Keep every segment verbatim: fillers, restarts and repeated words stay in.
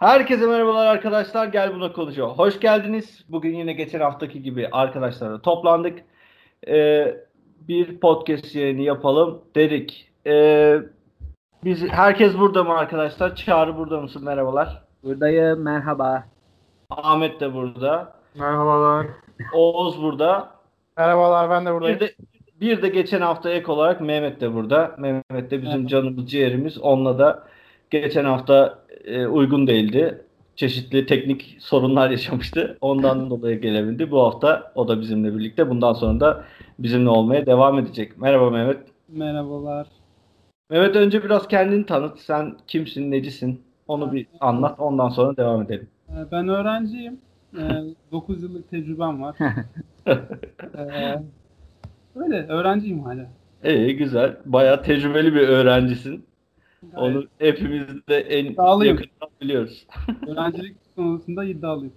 Herkese merhabalar arkadaşlar. Gel Buna Konuşuyor. Hoş geldiniz. Bugün yine geçen haftaki gibi arkadaşlarla toplandık. Ee, bir podcast yayını yapalım dedik. Ee, biz herkes burada mı arkadaşlar? Çağrı burada mısın? Merhabalar. Buradayım, merhaba. Ahmet de burada. Merhabalar. Oğuz burada. Merhabalar, ben de buradayım. Bir de bir de geçen hafta ek olarak Mehmet de burada. Mehmet de bizim canımız ciğerimiz. Onunla da geçen hafta e, uygun değildi. Çeşitli teknik sorunlar yaşamıştı. Ondan dolayı gelebildi. Bu hafta o da bizimle birlikte. Bundan sonra da bizimle olmaya devam edecek. Merhaba Mehmet. Merhabalar. Mehmet, önce biraz kendini tanıt. Sen kimsin, necisin? Onu bir anlat. Ondan sonra devam edelim. Ben öğrenciyim. dokuz yıllık tecrübem var. Ee, Öyle öğrenciyim hala. İyi, güzel. Bayağı tecrübeli bir öğrencisin. Gayet Onu hepimiz de en iddialıyım. yakından biliyoruz. Öğrencilik konusunda iddialıyım.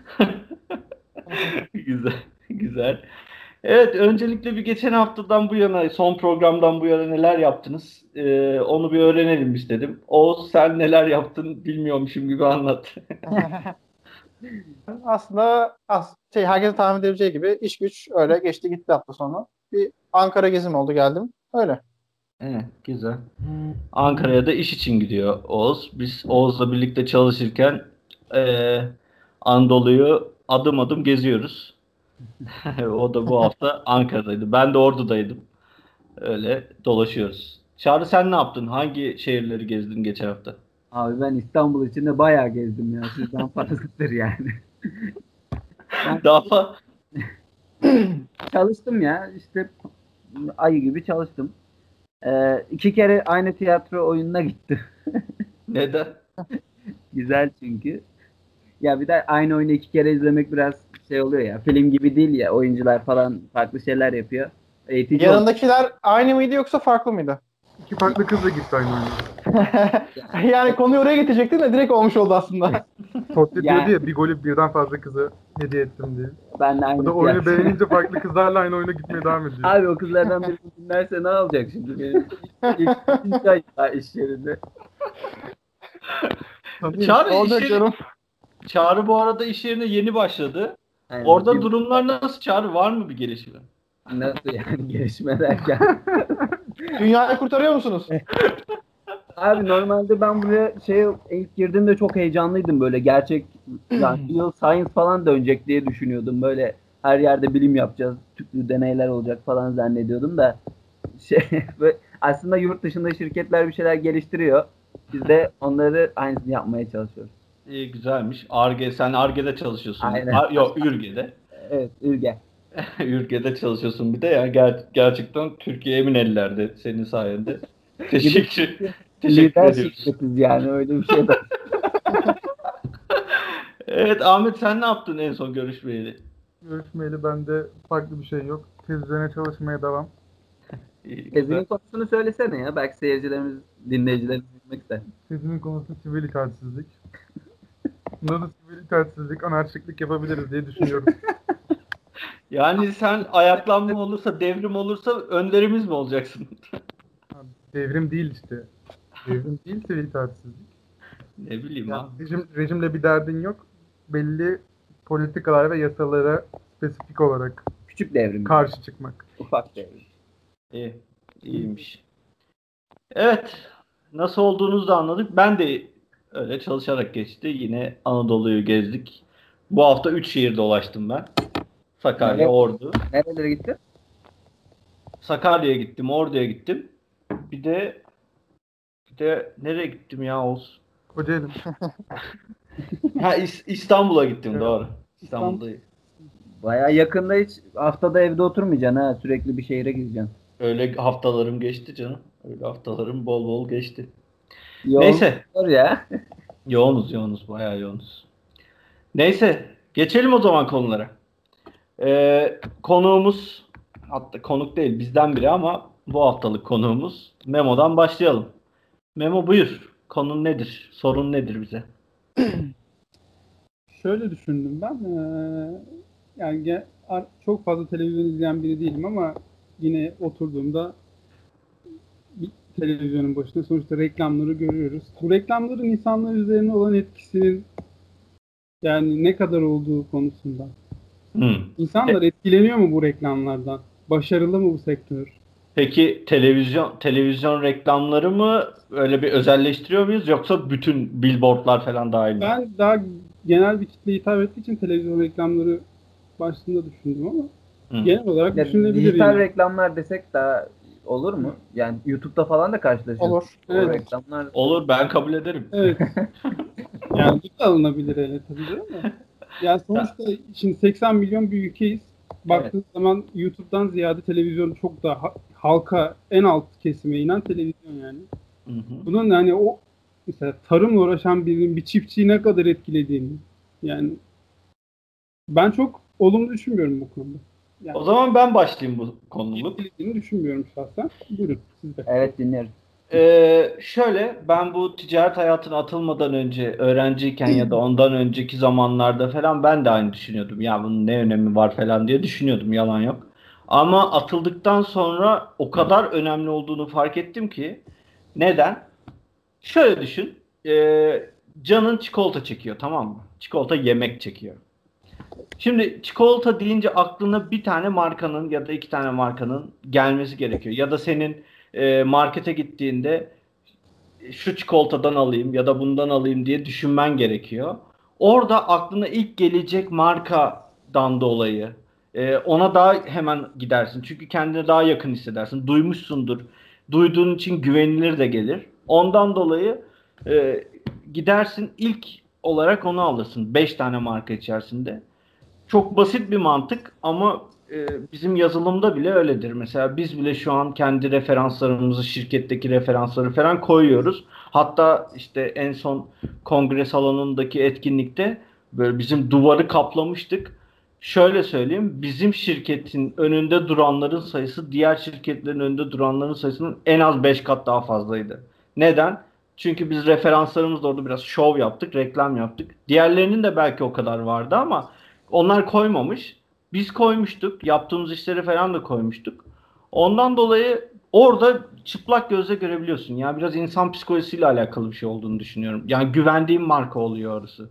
Güzel, güzel. Evet, öncelikle bir geçen haftadan bu yana, son programdan bu yana neler yaptınız? Ee, onu bir öğrenelim istedim. Oğuz, sen neler yaptın bilmiyormuşum gibi anlat. Aslında as şey herkesin tahmin edebileceği gibi iş güç öyle geçti gitti hafta sonu. Bir Ankara gezim oldu, geldim. Öyle. Evet, güzel. Ankara'ya da iş için gidiyor Oğuz. Biz Oğuz'la birlikte çalışırken eee Anadolu'yu adım adım geziyoruz. O da bu hafta Ankara'daydı. Ben de Ordu'daydım. Öyle dolaşıyoruz. Çağrı, sen ne yaptın? Hangi şehirleri gezdin geçen hafta? Abi ben İstanbul içinde bayağı gezdim ya. Sizden fazladır yani. Ben Daha fa- çalıştım ya. İşte ayı gibi çalıştım. Ee, iki kere aynı tiyatro oyununa gittim. Neden? Güzel çünkü. Ya bir de aynı oyunu iki kere izlemek biraz şey oluyor ya. Film gibi değil ya. Oyuncular falan farklı şeyler yapıyor. Eğitici oldu. Yanındakiler aynı mıydı yoksa farklı mıydı? İki farklı kızla gitti aynı oyuna. Yani konuyu oraya getirecektin de direkt olmuş oldu aslında. Totti Yani- diyordu ya, bir golü birden fazla kıza hediye ettim diye. Ben de O aynı da oyunu tiyatro. beğenince farklı kızlarla aynı oyuna gitmeye devam ediyor. Abi o kızlardan birini dinlerse ne olacak şimdi benim? İlk, ikinci ay daha iş yerinde. Çağrı, Olacak iş yeri- canım. Çağrı bu arada iş yerine yeni başladı. Aynen. Orada Bir- durumlar nasıl Çağrı? Var mı bir gelişme? Nasıl yani gelişme derken? Dünyayı kurtarıyor musunuz? Abi normalde ben buraya şey ilk girdiğimde çok heyecanlıydım, böyle gerçek yani real science falan dönecek diye düşünüyordum. Böyle her yerde bilim yapacağız, tüplü deneyler olacak falan zannediyordum da şey böyle aslında yurt dışında şirketler bir şeyler geliştiriyor. Biz de onları aynısını yapmaya çalışıyoruz. İyi, güzelmiş. Ar-Ge, sen Ar-Ge'de çalışıyorsun. Aynen. Ar- yok, Ürge'de. Evet, Ülge. Ürge'de çalışıyorsun bir de. Yani ger- gerçekten Türkiye emin ellerde senin sayende. Teşekkür, teşekkür Lider ediyoruz. şirketiz yani, öyle bir şey de. Evet Ahmet, sen ne yaptın en son görüşmeyeli? Görüşmeyeli bende farklı bir şey yok. Tez üzerine çalışmaya devam. İyi, güzel. Tezinin konusunu söylesene ya. Belki seyircilerimiz, dinleyicilerimiz bilmek ister. Tezimin konusu sivil itaatsizlik. Bunda da sivil itaatsizlik, anarşiklik yapabiliriz diye düşünüyorum. Yani sen ayaklanma olursa, devrim olursa önderimiz mi olacaksın? Devrim değil işte. Devrim değil, sivil itaatsizlik. Ne bileyim Yani ha. rejim, rejimle bir derdin yok. Belli politikalar ve yasalara spesifik olarak Küçük devrim. karşı çıkmak. Ufak devrim. İyi, iyiymiş. Evet, nasıl olduğunuzu da anladık. Ben de öyle çalışarak geçti. Yine Anadolu'yu gezdik. Bu hafta üç şehir dolaştım ben. Sakarya, Evet. Ordu. Nerelere gitti? Sakarya'ya gittim, Ordu'ya gittim. Bir de bir de nereye gittim ya Oğuz? Kocaeli. Ha, İs- İstanbul'a gittim, Evet. doğru. İstanbul'da. Bayağı yakında, hiç haftada evde oturmayacaksın ha. Sürekli bir şehire gideceksin. Öyle haftalarım geçti canım. Öyle haftalarım bol bol geçti. Yoğun Neyse. olur ya. Yoğunuz yoğunuz, bayağı yoğunuz. Neyse, geçelim o zaman konulara. Ee, konuğumuz, hatta konuk değil bizden biri ama bu haftalık konuğumuz Memo'dan başlayalım. Memo, buyur. Konun nedir? Sorun nedir bize? Şöyle düşündüm ben. Ee, yani ge- ar- çok fazla televizyon izleyen biri değilim ama yine oturduğumda bir televizyonun başında. Sonuçta reklamları görüyoruz. Bu reklamların insanlar üzerine olan etkisinin yani ne kadar olduğu konusunda. Hmm. İnsanlar etkileniyor mu bu reklamlardan? Başarılı mı bu sektör? Peki televizyon televizyon reklamları mı öyle bir özelleştiriyor muyuz yoksa bütün billboardlar falan dahil mi? Ben daha genel bir kitleye hitap ettiği için televizyon reklamları başlığında düşündüm ama Hmm. genel olarak Ya, düşünülebilir. dijital yani. reklamlar desek daha olur mu? Yani YouTube'da falan da karşılaşıyoruz. Olur. O Evet. reklamlar. Olur, ben kabul ederim. Evet. Yani bu da alınabilir hele tabii de ama. Yani sonuçta şimdi seksen milyon bir ülkeyiz. Baktığın zaman YouTube'dan ziyade televizyon çok daha ha- halka en alt kesime inen televizyon yani. Hı hı. Bunun yani o mesela tarımla uğraşan birinin bir çiftçiyi ne kadar etkilediğini yani ben çok olumlu düşünmüyorum bu konuda. Yani O zaman ben başlayayım bu konuluk. etkilediğini düşünmüyorum şahsen. Buyurun siz de. Evet, dinliyoruz. Ee, şöyle, ben bu ticaret hayatına atılmadan önce, öğrenciyken ya da ondan önceki zamanlarda falan ben de aynı düşünüyordum. Ya bunun ne önemi var falan diye düşünüyordum, yalan yok. Ama atıldıktan sonra o kadar önemli olduğunu fark ettim ki. Neden? Şöyle düşün, ee, canın çikolata çekiyor, tamam mı? Çikolata yemek çekiyor. Şimdi çikolata deyince aklına bir tane markanın ya da iki tane markanın gelmesi gerekiyor. Ya da senin e, markete gittiğinde şu çikolatadan alayım ya da bundan alayım diye düşünmen gerekiyor. Orada aklına ilk gelecek markadan dolayı e, ona daha hemen gidersin. Çünkü kendine daha yakın hissedersin. Duymuşsundur. Duyduğun için güvenilir de gelir. Ondan dolayı e, gidersin ilk olarak onu alırsın. Beş tane marka içerisinde. Çok basit bir mantık ama e, bizim yazılımda bile öyledir. Mesela biz bile şu an kendi referanslarımızı, şirketteki referansları falan koyuyoruz. Hatta işte en son kongre salonundaki etkinlikte böyle bizim duvarı kaplamıştık. Şöyle söyleyeyim, bizim şirketin önünde duranların sayısı diğer şirketlerin önünde duranların sayısının en az beş kat daha fazlaydı. Neden? Çünkü biz referanslarımızda orada biraz şov yaptık, reklam yaptık. Diğerlerinin de belki o kadar vardı ama onlar koymamış. Biz koymuştuk. Yaptığımız işleri falan da koymuştuk. Ondan dolayı orada çıplak gözle görebiliyorsun. Yani biraz insan psikolojisiyle alakalı bir şey olduğunu düşünüyorum. Yani güvendiğim marka oluyor orası.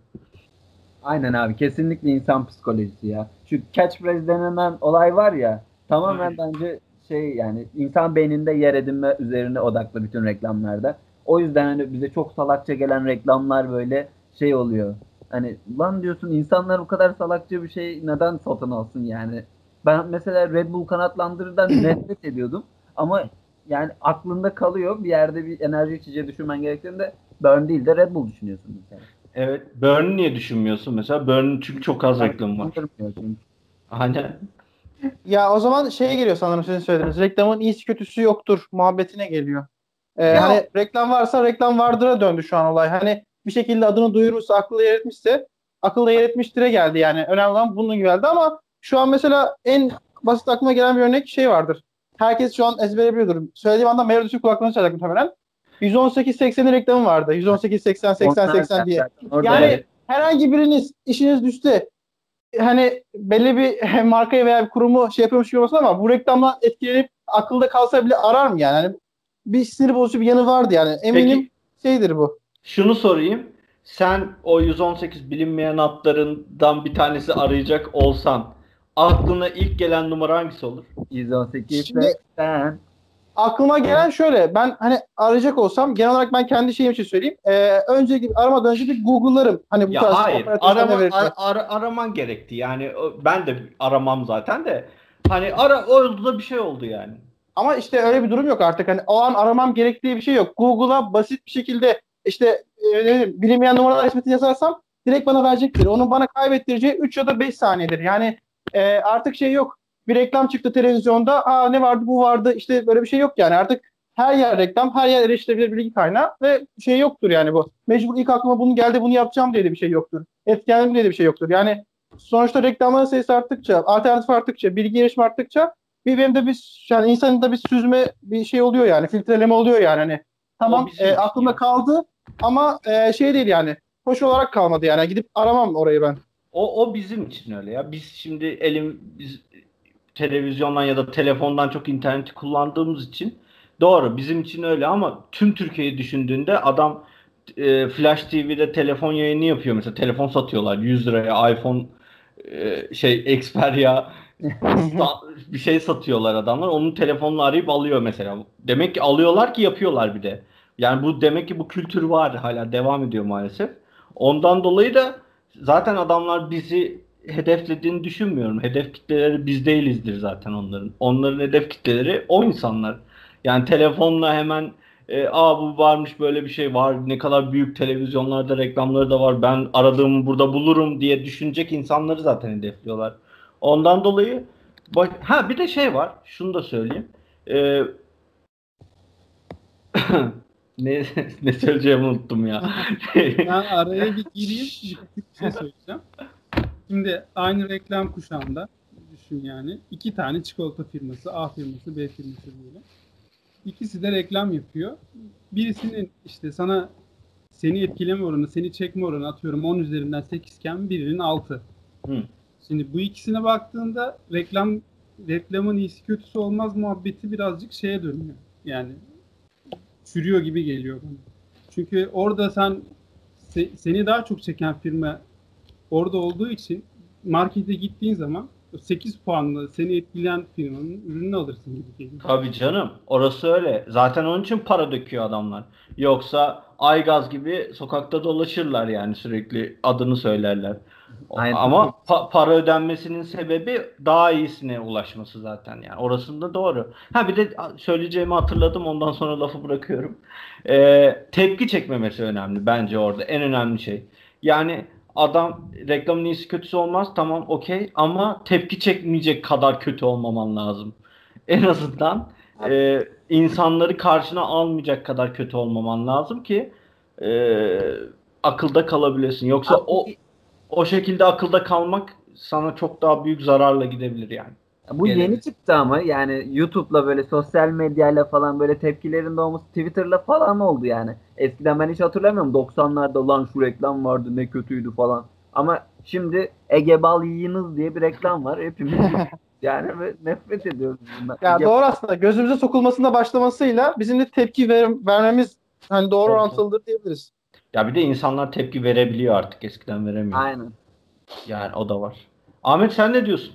Aynen abi, kesinlikle insan psikolojisi ya. Şu catchphrase denilen olay var ya, tamamen bence şey, yani insan beyninde yer edinme üzerine odaklı bütün reklamlarda. O yüzden hani bize çok salakça gelen reklamlar böyle şey oluyor. Hani lan diyorsun, insanlar bu kadar salakça bir şey neden satın alsın yani. Ben mesela Red Bull kanatlandırırdan nefret ediyordum ama yani aklında kalıyor, bir yerde bir enerji içeceği düşünmen gerektiğinde Burn değil de Red Bull düşünüyorsun mesela. Evet. Burn'u niye düşünmüyorsun mesela? Burn'un çünkü çok az reklamı var. Kandırmıyor çünkü. Aynen. Ya o zaman şeye geliyor sanırım sizin söylediğiniz. Reklamın iyisi kötüsü yoktur muhabbetine geliyor. Ee, Ya- hani reklam varsa reklam vardır'a döndü şu an olay. Hani bir şekilde adını duyurursa, akılda yer etmişse akılda yer etmiştir'e geldi yani. Önemli olan bunun geldi ama şu an mesela en basit aklıma gelen bir örnek şey vardır. Herkes şu an ezbere biliyordur. Söylediğim anda Mevlüt'ün kulaklarına çalacak muhtemelen. yüz on sekiz seksenin reklamı vardı. yüz on sekiz seksen seksen Onlar seksen diye. zaten orada Yani Evet. herhangi biriniz işiniz düşse hani belli bir markayı veya bir kurumu şey yapıyormuş gibi olsun ama bu reklamdan etkilenip akılda kalsa bile arar mı yani? Hani bir sinir bozucu bir yanı vardı yani. Eminim Peki şeydir bu. şunu sorayım. Sen o yüz on sekiz bilinmeyen hatlarından bir tanesi arayacak olsan aklına ilk gelen numara hangisi olur? yüz on sekiz Şimdi seksen. aklıma gelen şöyle. Ben hani arayacak olsam genel olarak ben kendi şeyim için söyleyeyim. Ee, önce aramadan önce bir Google'larım. Hani bu Ya tarz hayır, operatör sana ne arama, verirse. ar- ar- araman gerekti yani o- ben de aramam zaten de hani ara oldu da bir şey oldu yani. Ama işte öyle bir durum yok artık. Hani o an aramam gerektiği bir şey yok. Google'a basit bir şekilde işte e, ne bileyim, bilinmeyen numaralar ismini yazarsam direkt bana verecektir. Onun bana kaybettireceği üç ya da beş saniyedir. Yani e, artık şey yok. Bir reklam çıktı televizyonda. Aa ne vardı bu vardı. İşte böyle bir şey yok yani. Artık her yer reklam, her yer erişilebilir bilgi kaynağı ve şey yoktur yani bu. Mecbur ilk aklıma bunu geldi bunu yapacağım diye de bir şey yoktur. Etkilendim diye de bir şey yoktur. Yani sonuçta reklamların sayısı arttıkça, alternatif arttıkça, bilgi erişimi arttıkça bir benim de bir yani insanın da bir süzme bir şey oluyor yani filtreleme oluyor yani hani O tamam bizim e, için aklımda ya. kaldı ama e, şey değil yani hoş olarak kalmadı yani gidip aramam orayı ben. O, o bizim için öyle ya. Biz şimdi elim biz televizyondan ya da telefondan çok interneti kullandığımız için Doğru, bizim için öyle ama tüm Türkiye'yi düşündüğünde adam e, Flash T V'de telefon yayını yapıyor mesela. Telefon satıyorlar yüz liraya iPhone e, şey Xperia sa- bir şey satıyorlar adamlar. Onun telefonunu arayıp alıyor mesela. Demek ki alıyorlar ki yapıyorlar bir de. Yani bu demek ki bu kültür var hala devam ediyor maalesef. Ondan dolayı da zaten adamlar bizi hedeflediğini düşünmüyorum. Hedef kitleleri biz değilizdir zaten onların. Onların hedef kitleleri o insanlar. Yani telefonla hemen e, aa bu varmış böyle bir şey var. Ne kadar büyük televizyonlarda reklamları da var. Ben aradığımı burada bulurum diye düşünecek insanları zaten hedefliyorlar. Ondan dolayı baş- ha bir de şey var. Şunu da söyleyeyim. Ee, ne ne söyleyeceğimi unuttum ya. Ben araya bir gireyim, bir küçük bir şey söyleyeceğim. Şimdi aynı reklam kuşağında düşün yani. iki tane çikolata firması, A firması, B firması diyelim. İkisi de reklam yapıyor. Birisinin işte sana seni etkileme oranı, seni çekme oranı atıyorum on üzerinden sekiz iken birinin altı. Hı. Şimdi bu ikisine baktığında reklam reklamın iyisi kötüsü olmaz muhabbeti birazcık şeye dönüyor. Yani çürüyor gibi geliyor bana. Çünkü orada sen se- seni daha çok çeken firma orada olduğu için markete gittiğin zaman sekiz puanla seni etkileyen firmanın ürününü alırsın gibi geliyor. Tabii canım. Orası öyle. Zaten onun için para döküyor adamlar. Yoksa Aygaz gibi sokakta dolaşırlar yani sürekli adını söylerler. O- Aynen. Ama pa- para ödenmesinin sebebi daha iyisine ulaşması zaten yani. Orasında doğru. Ha bir de söyleyeceğimi hatırladım ondan sonra lafı bırakıyorum. Ee, tepki çekmemesi önemli bence orada. En önemli şey. Yani adam reklamın iyisi kötüsü olmaz tamam okey ama tepki çekmeyecek kadar kötü olmaman lazım. En azından e, insanları karşına almayacak kadar kötü olmaman lazım ki e, akılda kalabilesin. Yoksa Abi, o o şekilde akılda kalmak sana çok daha büyük zararla gidebilir yani. bu Gelebilir. yeni çıktı ama yani YouTube'la böyle sosyal medyayla falan böyle tepkilerin de olması Twitter'la falan oldu yani. Eskiden ben hiç hatırlamıyorum doksanlarda lan şu reklam vardı ne kötüydü falan. Ama şimdi Ege Bal yiyiniz diye bir reklam var. Hepimiz yani ve nefret ediyoruz bundan. Ya Ege- doğru aslında. Gözümüze sokulmasına başlamasıyla bizim de tepki ver- vermemiz hani doğru Tabii, orantılıdır diyebiliriz. Ya bir de insanlar tepki verebiliyor artık eskiden veremiyor. Aynen. Yani o da var. Ahmet sen ne diyorsun?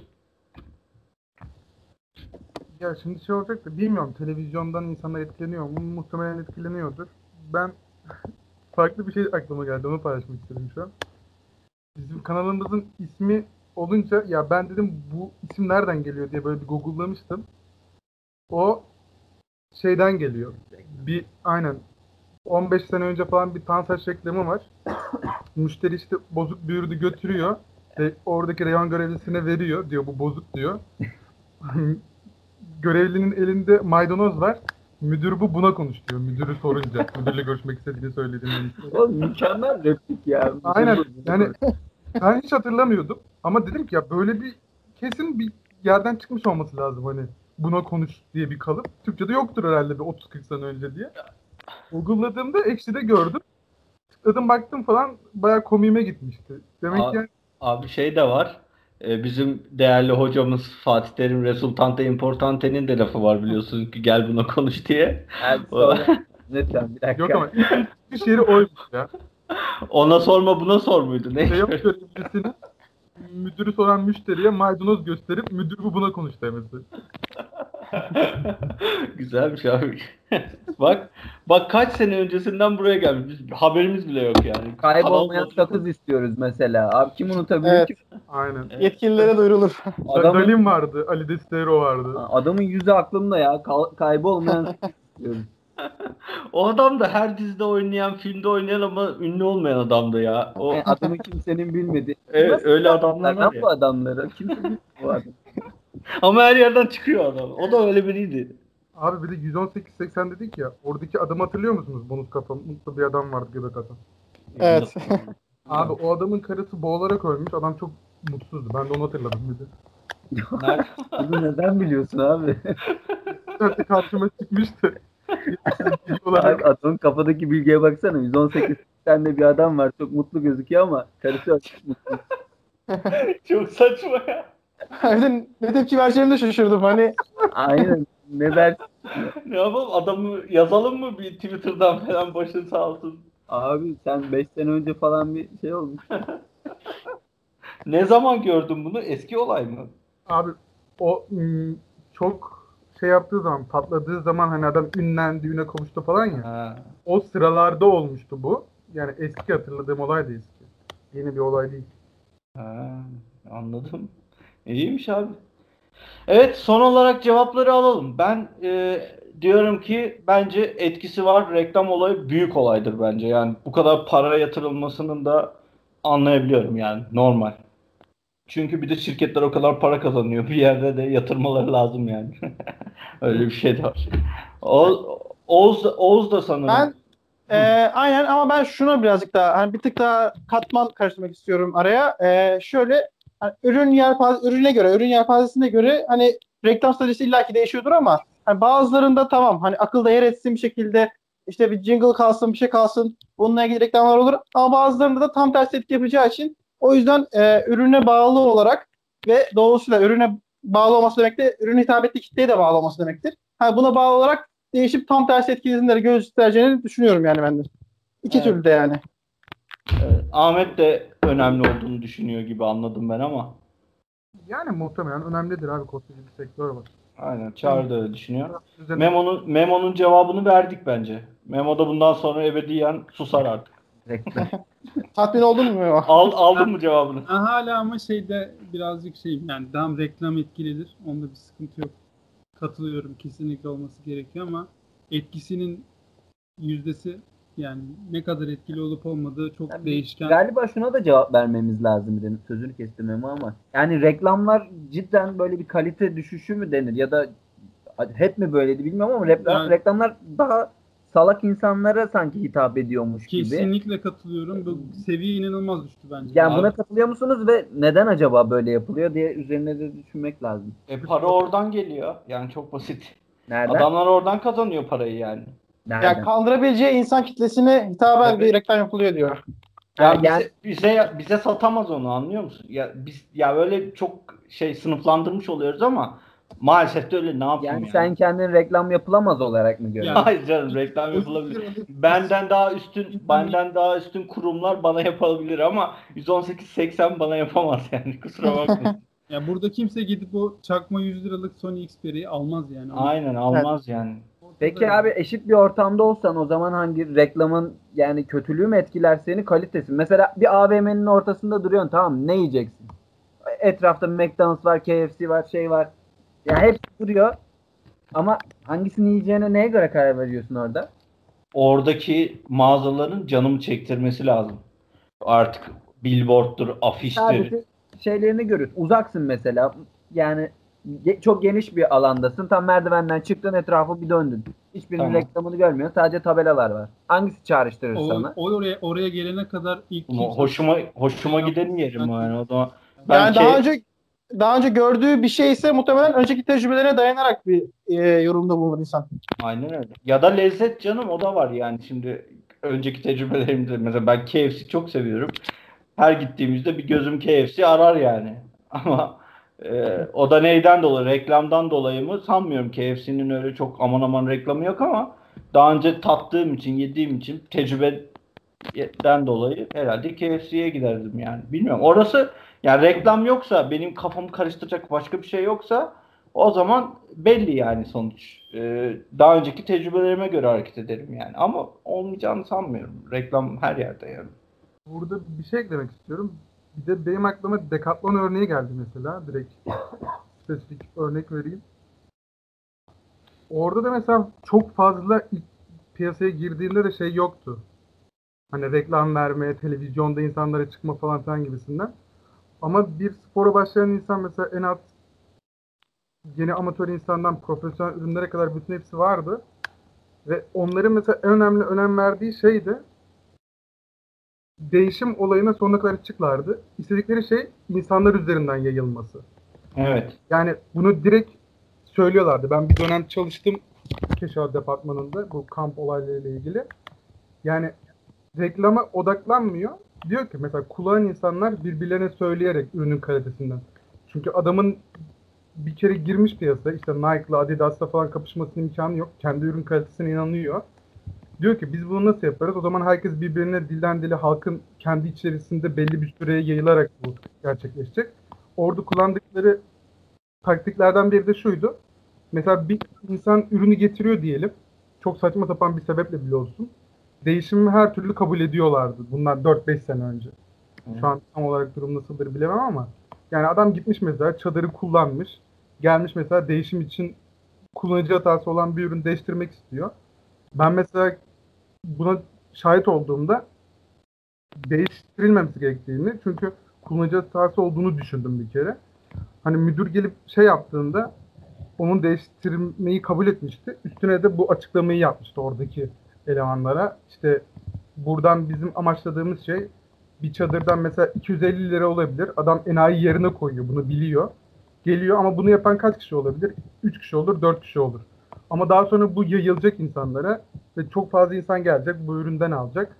Ya şimdi şey olacak da bilmiyorum televizyondan insanlar etkileniyor mu? Muhtemelen etkileniyordur. Ben farklı bir şey aklıma geldi onu paylaşmak istedim şu an. Bizim kanalımızın ismi olunca ya ben dedim bu isim nereden geliyor diye böyle bir google'lamıştım. O şeyden geliyor. Bir aynen on beş sene önce falan bir Tansaç reklamı var. Müşteri işte bozuk bir ürünü götürüyor ve oradaki reyon görevlisine veriyor diyor bu bozuk diyor. Görevlinin elinde maydanoz var. Müdür bu buna konuş diyor. Müdürü sorunca. Müdürle görüşmek istediğini söylediğini. Oğlum mükemmel replik ya. Aynen. Yani ben hiç hatırlamıyordum. Ama dedim ki ya böyle bir kesin bir yerden çıkmış olması lazım hani. Buna konuş diye bir kalıp. Türkçe'de yoktur herhalde bir otuz kırk sene önce diye. Google'ladığımda Ekşi'de gördüm. Tıkladım baktım falan bayağı komiğime gitmişti. Demek Abi, ki yani, abi şey de var. Ee, bizim değerli hocamız Fatih Terim Resultante Importante'nin de lafı var biliyorsun ki gel buna konuş diye. Hadi sonra. Lütfen bir dakika. yok ama ilk çıkış yeri oymuş ya. Ona sorma buna sor muydu? Ne? Reyon görevlisinin müdürü soran müşteriye maydanoz gösterip müdür bu buna konuş demesi. Güzelmiş abi. Bak bak kaç sene öncesinden buraya gelmiş. Biz haberimiz bile yok yani. Kaybolmayan Kanal- sakız istiyoruz mesela. Abi kim unutabilir Evet. ki? Aynen. Yetkililere duyurulur. Adamın, Dalim vardı, Ali Destero vardı. adamın yüzü aklımda ya. Kal- kaybolmayan sakız istiyoruz. O adam da her dizide oynayan, filmde oynayan ama ünlü olmayan adamdı ya. O Yani adamı kimsenin bilmediği. Evet, Nasıl öyle yaptılar adamlar var lan ya. bu adamları? Kimse bilmiyor bu adamı. ama her yerden çıkıyor adam. O da öyle biriydi. Abi bir de yüz on sekiz seksen dedik ya, oradaki adamı hatırlıyor musunuz? Bonus kafa, mutlu bir adam vardı göbek atan. Evet. Abi o adamın karısı boğularak ölmüş, adam çok mutsuzdu. Ben de onu hatırladım bir de. Nerede? Bunu neden biliyorsun abi? Zaten karşıma çıkmıştı. Bilgi olarak. Abi adamın kafadaki bilgiye baksana. yüz on sekiz tane bir adam var. Çok mutlu gözüküyor ama karısı ölmüş mutlu. Çok saçma ya. Bir de ne tepki vereceğimi de şaşırdım. Hani Aynen. Ne der? Ne yapalım, adamı yazalım mı bir Twitter'dan falan, başın sağ olsun. Abi sen beş sene önce falan bir şey olmuş. Ne zaman gördün bunu? Eski olay mı? Abi o ım, çok şey yaptığı zaman, patladığı zaman hani adam ünlendi, üne kavuştu falan ya. Ha. O sıralarda olmuştu bu. Yani eski hatırladığım olay da eski. Yeni bir olay değil. Ha, anladım. İyiymiş abi. Evet, son olarak cevapları alalım. Ben e, diyorum ki bence etkisi var. Reklam olayı büyük olaydır bence. Yani bu kadar para yatırılmasının da anlayabiliyorum yani, normal. Çünkü bir de şirketler o kadar para kazanıyor. Bir yerde de yatırmaları lazım yani. Öyle bir şey de var. Oğuz, Oğuz, Oğuz da sanırım. Ben e, aynen ama ben şuna birazcık daha hani bir tık daha katman karıştırmak istiyorum araya. E, şöyle hani ürün yelpaze, ürüne göre, ürün yelpazesine göre hani reklam stratejisi illaki değişiyordur ama hani bazılarında tamam hani akılda yer etsin bir şekilde işte bir jingle kalsın bir şey kalsın bununla ilgili reklamlar olur ama bazılarında da tam tersi etki yapacağı için o yüzden e, ürüne bağlı olarak ve dolayısıyla ürüne bağlı olması demek de ürün hitap ettiği kitleye de bağlı olması demektir. Ha, buna bağlı olarak değişip tam tersi etkileri göstereceğini düşünüyorum yani ben de. İki Evet, türlü de yani. evet. Ahmet de önemli olduğunu düşünüyor gibi anladım ben ama. Yani muhtemelen önemlidir abi, koskoca bir sektör var. Aynen, Çağrı da öyle düşünüyor. Üzerine Memo'nun Memo'nun cevabını verdik bence. Memo da bundan sonra ebediyen susar artık. Reklam. Tatmin oldun mu? Al, aldın mı cevabını? Ben hala ama şeyde birazcık şeyim yani tam reklam etkilidir. Onda bir sıkıntı yok. Katılıyorum, kesinlikle olması gerekiyor ama etkisinin yüzdesi yani ne kadar etkili olup olmadığı çok Yani değişken. Galiba şuna da cevap vermemiz lazım dedim. Sözünü kestim Memo ama. Yani reklamlar cidden böyle bir kalite düşüşü mü denir ya da hep mi böyleydi bilmiyorum ama reklam, Yani- reklamlar daha salak insanlara sanki hitap ediyormuş gibi. Kesinlikle katılıyorum. Bu seviye inanılmaz düştü bence. Yani Abi- buna katılıyor musunuz ve neden acaba böyle yapılıyor diye üzerine de düşünmek lazım. E, para oradan geliyor. Yani çok basit. Nereden? Adamlar oradan kazanıyor parayı yani. Nereden? Ya kaldırabileceği insan kitlesine hitaben Evet. bir reklam yapılıyor diyor. Ya Ha, bize yani- bize bize satamaz onu, anlıyor musun? Ya biz ya böyle çok şey sınıflandırmış oluyoruz ama maalesef de öyle, ne yapayım Yani yani. sen kendin reklam yapılamaz olarak mı görüyorsun? Yani- Hayır canım, reklam yapılabilir. Benden daha üstün benden daha üstün kurumlar bana yapabilir ama yüz on sekiz seksen bana yapamaz yani, kusura bakma. Ya burada kimse gidip o çakma yüz liralık Sony Xperia'yı almaz yani. Aynen, almaz yani. Peki abi eşit bir ortamda olsan o zaman hangi reklamın yani kötülüğü mü etkiler seni, kalitesi mi? Mesela bir A V M'nin ortasında duruyorsun, tamam mı? Ne yiyeceksin? Etrafta McDonald's var, K F C var, şey var. Ya hepsi duruyor. Ama hangisini yiyeceğine neye göre karar veriyorsun orada? Oradaki mağazaların canımı çektirmesi lazım. Artık billboard'dur, afiştir. Sadece şeylerini görüyorsun. Uzaksın mesela. Yani ge- çok geniş bir alandasın. Tam merdivenden çıktın, etrafı bir döndün. Hiçbirinin Tamam. reklamını görmüyorsun. Sadece tabelalar var. Hangisi çağrıştırır O, sana? o oraya oraya gelene kadar ilk Ama kimse- hoşuma hoşuma giden yerim o yani, o zaman. Ben Yani daha ke- önce daha önce gördüğü bir şey ise muhtemelen önceki tecrübelerine dayanarak bir e, yorumda bulunur insan. Aynen öyle. Ya da lezzet canım, o da var yani. Şimdi önceki tecrübelerimde mesela ben K F C çok seviyorum. Her gittiğimizde bir gözüm K F C arar yani. Ama e, o da neyden dolayı? Reklamdan dolayı mı? Sanmıyorum. K F C'nin öyle çok aman aman reklamı yok ama daha önce tattığım için, yediğim için, tecrübeden dolayı herhalde K F C'ye giderdim yani. Bilmiyorum. Orası yani, reklam yoksa, benim kafamı karıştıracak başka bir şey yoksa, o zaman belli yani sonuç. Ee, daha önceki tecrübelerime göre hareket ederim yani. Ama olmayacağını sanmıyorum. Reklam her yerde yani. burada bir şey eklemek istiyorum. Bir de benim aklıma Decathlon örneği geldi mesela. Direkt spesifik örnek vereyim. Orada da mesela çok fazla ilk piyasaya girdiğinde de şey yoktu. Hani reklam verme, televizyonda insanlara çıkma falan filan gibisinden. Ama bir spora başlayan insan mesela en alt yeni amatör insandan profesyonel ürünlere kadar bütün hepsi vardı. Ve onların mesela en önemli önem verdiği şey de değişim olayına sonuna kadar açıklardı. İstedikleri şey insanlar üzerinden yayılması. Evet. Yani bunu direkt söylüyorlardı. Ben bir dönem çalıştım Keşaf departmanında bu kamp olaylarıyla ilgili. Yani reklama odaklanmıyor. Diyor ki mesela kullanan insanlar birbirlerine söyleyerek ürünün kalitesinden. Çünkü adamın bir kere girmiş piyasaya, işte Nike'la Adidas'la falan kapışmasının imkanı yok. Kendi ürün kalitesine inanıyor. Diyor ki biz bunu nasıl yaparız? O zaman herkes birbirine dilden dile halkın kendi içerisinde belli bir süreye yayılarak bu gerçekleşecek. Orada kullandıkları taktiklerden biri de şuydu. Mesela bir insan ürünü getiriyor diyelim. Çok saçma sapan bir sebeple bile olsun. Değişimi her türlü kabul ediyorlardı. Bunlar dört beş sene önce. Şu an tam olarak durum nasıldır bilemem ama yani adam gitmiş mesela çadırı kullanmış. Gelmiş mesela değişim için kullanıcı hatası olan bir ürün değiştirmek istiyor. Ben mesela buna şahit olduğumda değiştirilmemesi gerektiğini, çünkü kullanıcı hatası olduğunu düşündüm bir kere. Hani müdür gelip şey yaptığında onun değiştirmeyi kabul etmişti. Üstüne de bu açıklamayı yapmıştı oradaki elemanlara. İşte buradan bizim amaçladığımız şey, bir çadırdan mesela iki yüz elli lira olabilir. Adam enayi yerine koyuyor. Bunu biliyor. Geliyor ama bunu yapan kaç kişi olabilir? üç kişi olur, dört kişi olur. Ama daha sonra bu yayılacak insanlara ve çok fazla insan gelecek, bu üründen alacak.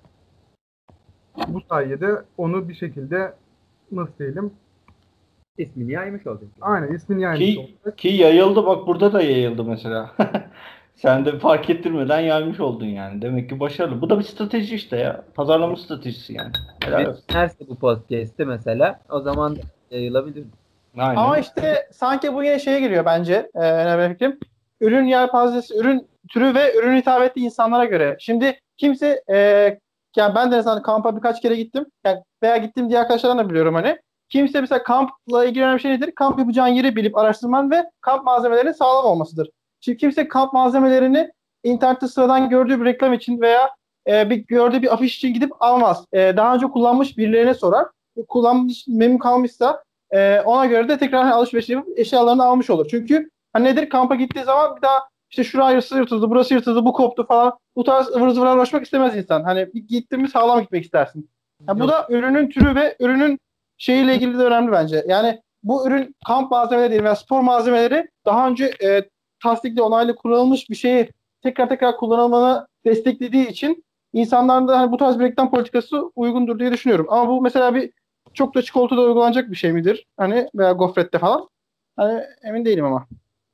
Bu sayede onu bir şekilde nasıl diyelim? İsmini yaymış olacak. Aynen, ismini yaymış Ki, olacak. ki yayıldı, bak burada da yayıldı mesela. Sen de fark ettirmeden yaymış oldun yani. Demek ki başarılı. Bu da bir strateji işte ya. Pazarlama stratejisi yani. Helal olsun. Dinlerse bu podcast'i mesela o zaman da yayılabilir. Aynen. Ama işte sanki bu yine şeye giriyor bence. E, ne fikrim? Ürün yelpazesi, ürün türü ve ürün hitap ettiği insanlara göre. Şimdi kimse e, yani ben de mesela kampa birkaç kere gittim. Yani veya gittim diye arkadaşlardan da biliyorum hani. Kimse mesela kampla ilgili önemli şey nedir? Kamp yapacağın yeri bilip araştırman ve kamp malzemelerinin sağlam olmasıdır. Şimdi kimse kamp malzemelerini internette sıradan gördüğü bir reklam için veya e, bir gördüğü bir afiş için gidip almaz. E, daha önce kullanmış birilerine sorar. Kullanmış, memnun kalmışsa Ee, ona göre de tekrar hani alışveriş yapıp eşyalarını almış olur. Çünkü hani nedir? Kampa gittiği zaman bir daha işte şurası yırtıldı, burası yırtıldı, bu koptu falan. Bu tarz ıvır zıvırlarla uğraşmak istemez insan. Hani bir gittin mi sağlam gitmek istersin. Yani bu da ürünün türü ve ürünün şeyiyle ilgili de önemli bence. Yani bu ürün kamp malzemeleri değil veya spor malzemeleri daha önce e, tasdikli, onaylı kullanılmış bir şeyi tekrar tekrar kullanılmanı desteklediği için insanların da hani bu tarz bir reklam politikası uygundur diye düşünüyorum. Ama bu mesela bir çok da çikolatada uygulanacak bir şey midir? Hani veya gofrette falan. Hani emin değilim ama.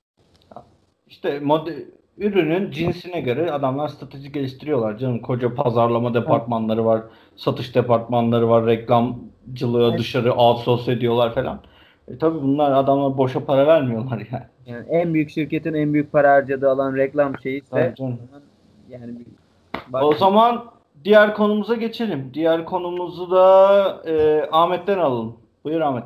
İşte mod- ürünün cinsine göre adamlar strateji geliştiriyorlar canım. Koca pazarlama departmanları var, satış departmanları var, reklamcılığı Evet. dışarı outsource ediyorlar falan. E tabii bunlar, adamlar boşa para vermiyorlar yani. Yani en büyük şirketin en büyük para harcadığı alan reklam şeyi ise Tabii canım. yani bir O zaman diğer konumuza geçelim. Diğer konumuzu da e, Ahmet'ten alalım. Buyur Ahmet.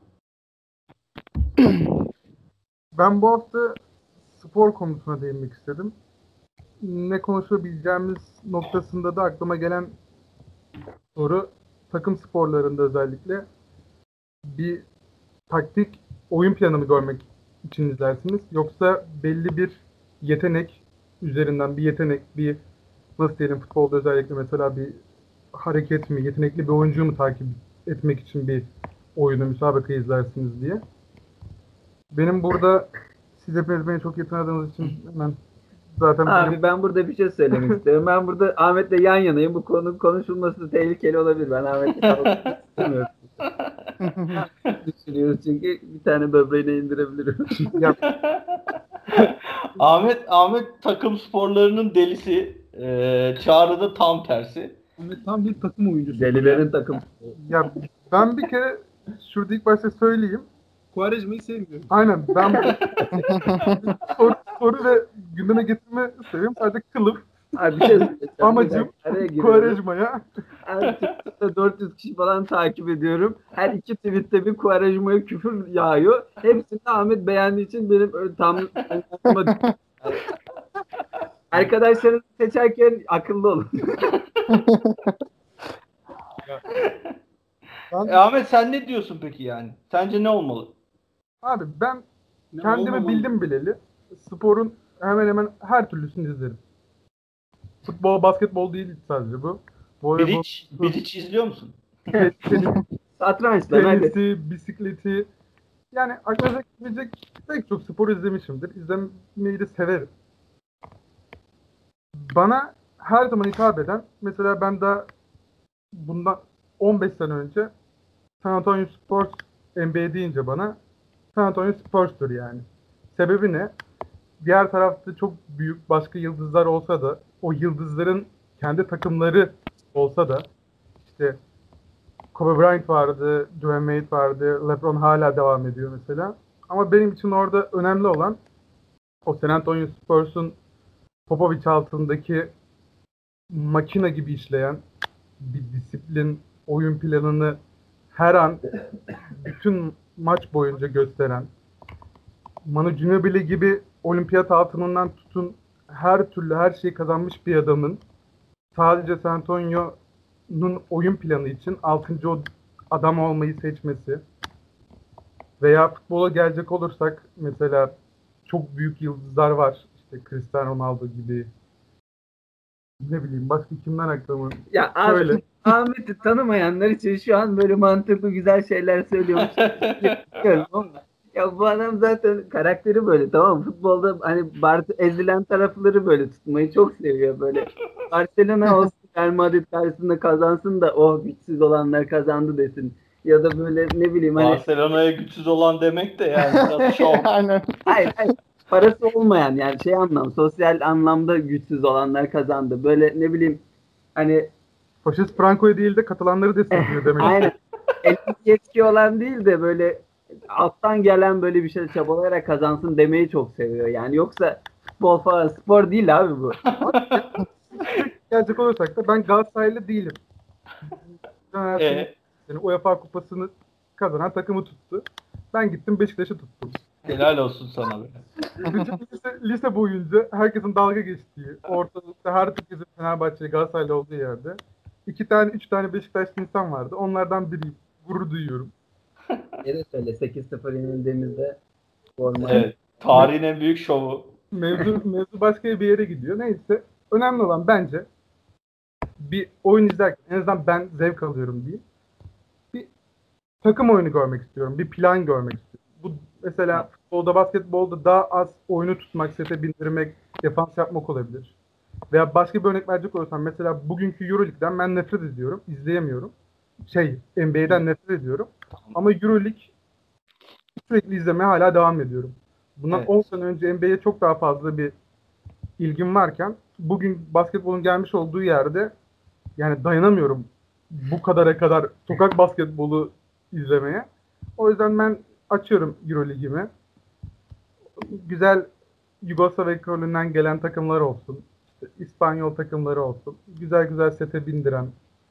Ben bu hafta spor konusuna değinmek istedim. Ne konuşabileceğimiz noktasında da aklıma gelen soru, takım sporlarında özellikle bir taktik oyun planı mı görmek için izlersiniz? Yoksa belli bir yetenek üzerinden bir yetenek, bir nasıl diyelim futbolda özellikle mesela bir hareket mi, yetenekli bir oyuncuyu mu takip etmek için bir oyunu, müsabaka izlersiniz diye. Benim burada, siz hepiniz beni çok iyi tanıdığınız için hemen zaten Abi benim- ben burada bir şey söylemek istiyorum. Ben burada Ahmet'le yan yanayım. Bu konu konuşulması tehlikeli olabilir. Ben Ahmet'le kavga istemiyorum. Düşünüyoruz çünkü bir tane böbreğine indirebilirim. ya, Ahmet Ahmet takım sporlarının delisi. E, Çağrı da tam tersi. Ahmet tam bir takım oyuncusu. Delilerin takım. ya ben bir kere şurada ilk başta söyleyeyim. Quaresma'yı sevmiyorum. Aynen, ben soru, soru ve gündeme getirme seviyorum. Sadece kılıf, Abi bir şey söyleyeceğim. amacım Araya giriyorum. Quaresma'ya. Her Twitter'da dört yüz kişi falan takip ediyorum. Her iki tweette bir Quaresma'ya küfür yağıyor. Hepsini de Ahmet beğendiği için benim öyle tam arkadaşlarınızı seçerken akıllı olun. E, Ahmet sen ne diyorsun peki yani? Sence ne olmalı? Abi ben Ne kendimi olmamalı? bildim bileli sporun hemen hemen her türlüsünü izlerim. Futbol, basketbol değil sadece bu. Voleybol, Bilic, Bilic izliyor musun? tenis, Satranç lan hadi. tenisi, bisikleti. Yani aklınıza gelebilecek pek çok spor izlemişimdir. İzlemeyi de severim. Bana her zaman hitap eden, mesela ben daha bundan on beş sene önce San Antonio Spurs N B A deyince bana San Antonio Spurs'tur yani. Sebebi ne? Diğer tarafta çok büyük başka yıldızlar olsa da o yıldızların kendi takımları olsa da işte Kobe Bryant vardı, Dwayne Wade vardı, LeBron hala devam ediyor mesela. Ama benim için orada önemli olan o San Antonio Spurs'un Popovich altındaki makine gibi işleyen bir disiplin, oyun planını her an bütün maç boyunca gösteren, Manu Ginobili gibi olimpiyat altınından tutun her türlü her şeyi kazanmış bir adamın sadece San Antonio'nun oyun planı için altıncı adam olmayı seçmesi veya futbola gelecek olursak mesela çok büyük yıldızlar var. İşte Cristiano Ronaldo gibi, ne bileyim başka kimden aklıma. Ya abi, Şöyle. Ahmet'i tanımayanlar için şu an böyle mantıklı güzel şeyler söylüyormuş. Yapıyorum ama ya bu adam zaten karakteri böyle, tamam mı? Futbolda hani Bart ezilen tarafları böyle tutmayı çok seviyor böyle. Barcelona olsun, Real Madrid karşısında kazansın da oh güçsüz olanlar kazandı desin. Ya da böyle ne bileyim hani Barcelona'ya güçsüz olan demek de yani biraz şov. Aynen. hayır, hayır. Parası olmayan yani şey anlam, sosyal anlamda güçsüz olanlar kazandı. Böyle ne bileyim hani Faşist Franco'yu değil de katılanları destekliyor demek. aynen elinde yetki olan değil de böyle alttan gelen böyle bir şey çabalayarak kazansın demeyi çok seviyor. Yani yoksa futbol falan spor değil abi bu. Gelecek olursak da ben Galatasaraylı değilim. Caner Ee? yani UEFA kupasını kazanan takımı tuttu. Ben gittim Beşiktaş'ı tuttum. Helal olsun sana be. Bütün lise, lise boyunca herkesin dalga geçtiği, ortalıkta herkesin Fenerbahçeli, Galatasaraylı olduğu yerde iki tane, üç tane Beşiktaşlı insan vardı. Onlardan biriyim. Gurur duyuyorum. Ne söyle sekiz sıfır yenildiğimizde forma. Evet. Tarihin en büyük şovu. Mevzu, mevzu başka bir yere gidiyor. Neyse. Önemli olan bence bir oyun izlerken en azından ben zevk alıyorum diyeyim. Bir takım oyunu görmek istiyorum. Bir plan görmek istiyorum. Bu mesela futbolda, basketbolda daha az oyunu tutmak, sete bindirmek, defans yapmak olabilir. Veya başka bir örnek verecek olursam mesela bugünkü Euroleague'den ben nefret ediyorum. İzleyemiyorum. Şey, N B A'den nefret ediyorum. Ama Euroleague sürekli izlemeye hala devam ediyorum. Bundan Evet. on sene önce N B A'ye çok daha fazla bir ilgim varken bugün basketbolun gelmiş olduğu yerde yani dayanamıyorum bu kadara kadar sokak basketbolu izlemeye. O yüzden ben açıyorum Euroleague'imi. Güzel Yugoslav ekolünden gelen takımlar olsun. İşte İspanyol takımları olsun. Güzel güzel sete bindiren.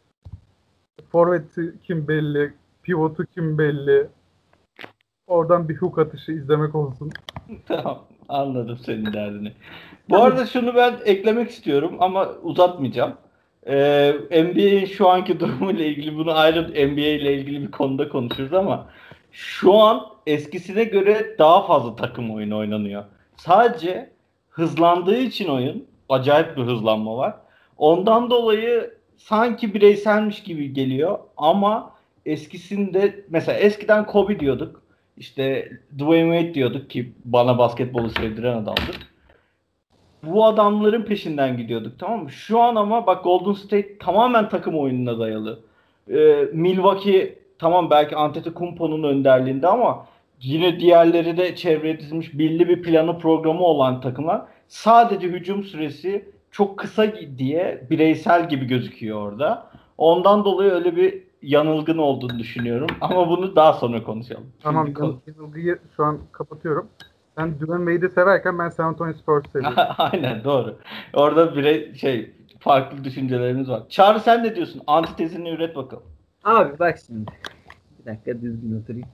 Forvet'i kim belli, pivotu kim belli. Oradan bir hook atışı izlemek olsun. Tamam. Anladım senin derdini. Bu arada şunu ben eklemek istiyorum ama uzatmayacağım. Ee, N B A'in şu anki durumuyla ilgili bunu ayrı N B A ile ilgili bir konuda konuşuruz ama şu an eskisine göre daha fazla takım oyunu oynanıyor. Sadece hızlandığı için oyun acayip bir hızlanma var. Ondan dolayı sanki bireyselmiş gibi geliyor ama eskisinde mesela eskiden Kobe diyorduk. İşte Dwayne Wade diyorduk ki bana basketbolu sevdiren adamdır. Bu adamların peşinden gidiyorduk, tamam mı? Şu an ama bak Golden State tamamen takım oyununa dayalı. Ee, Milwaukee tamam belki Antetokounmpo'nun önderliğinde ama yine diğerleri de çevre belli bir planı programı olan takımlar. Sadece hücum süresi çok kısa diye bireysel gibi gözüküyor orada. Ondan dolayı öyle bir yanılgın olduğunu düşünüyorum. Ama bunu daha sonra konuşalım. Tamam, Şimdi konu- yanılgıyı şu an kapatıyorum. Sen Dwayne Wade'i severken ben San Antonio Spurs'u seviyorum. Aynen doğru. Orada bire şey farklı düşüncelerimiz var. Çağrı sen ne diyorsun? Antitezini üret bakalım. Abi bak şimdi. Bir dakika düzgün oturayım.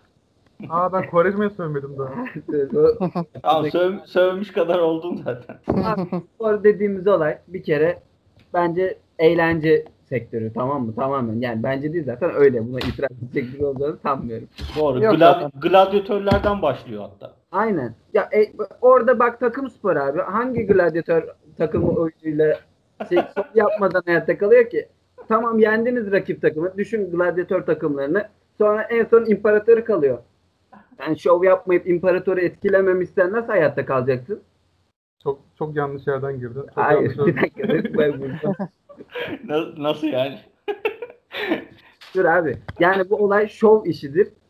Aa ben Quaresma'ya söylemedim daha. O- Tamam söv, sövmüş kadar oldun zaten. Abi, spor dediğimiz olay bir kere bence eğlence sektörü, tamam mı? Tamamen yani bence değil zaten öyle. Buna itiraz edecek biri olduğunu sanmıyorum. Doğru. Yok Gla- zaten. gladyatörlerden başlıyor hatta. Aynen. Ya e, orada bak takım spor abi. Hangi gladyatör takımı oyuncuyla şey son yapmadan hayatta kalıyor ki? Tamam yendiniz rakip takımı. Düşün gladyatör takımlarını. Sonra en son imparatoru kalıyor. Yani şov yapmayıp imparatoru etkilememişsen nasıl hayatta kalacaksın? Çok çok yanlış yerden girdin. Çok Hayır yanlış bir dakika. dur, ben burada- Na- nasıl yani? Dur abi. Yani bu olay şov işidir.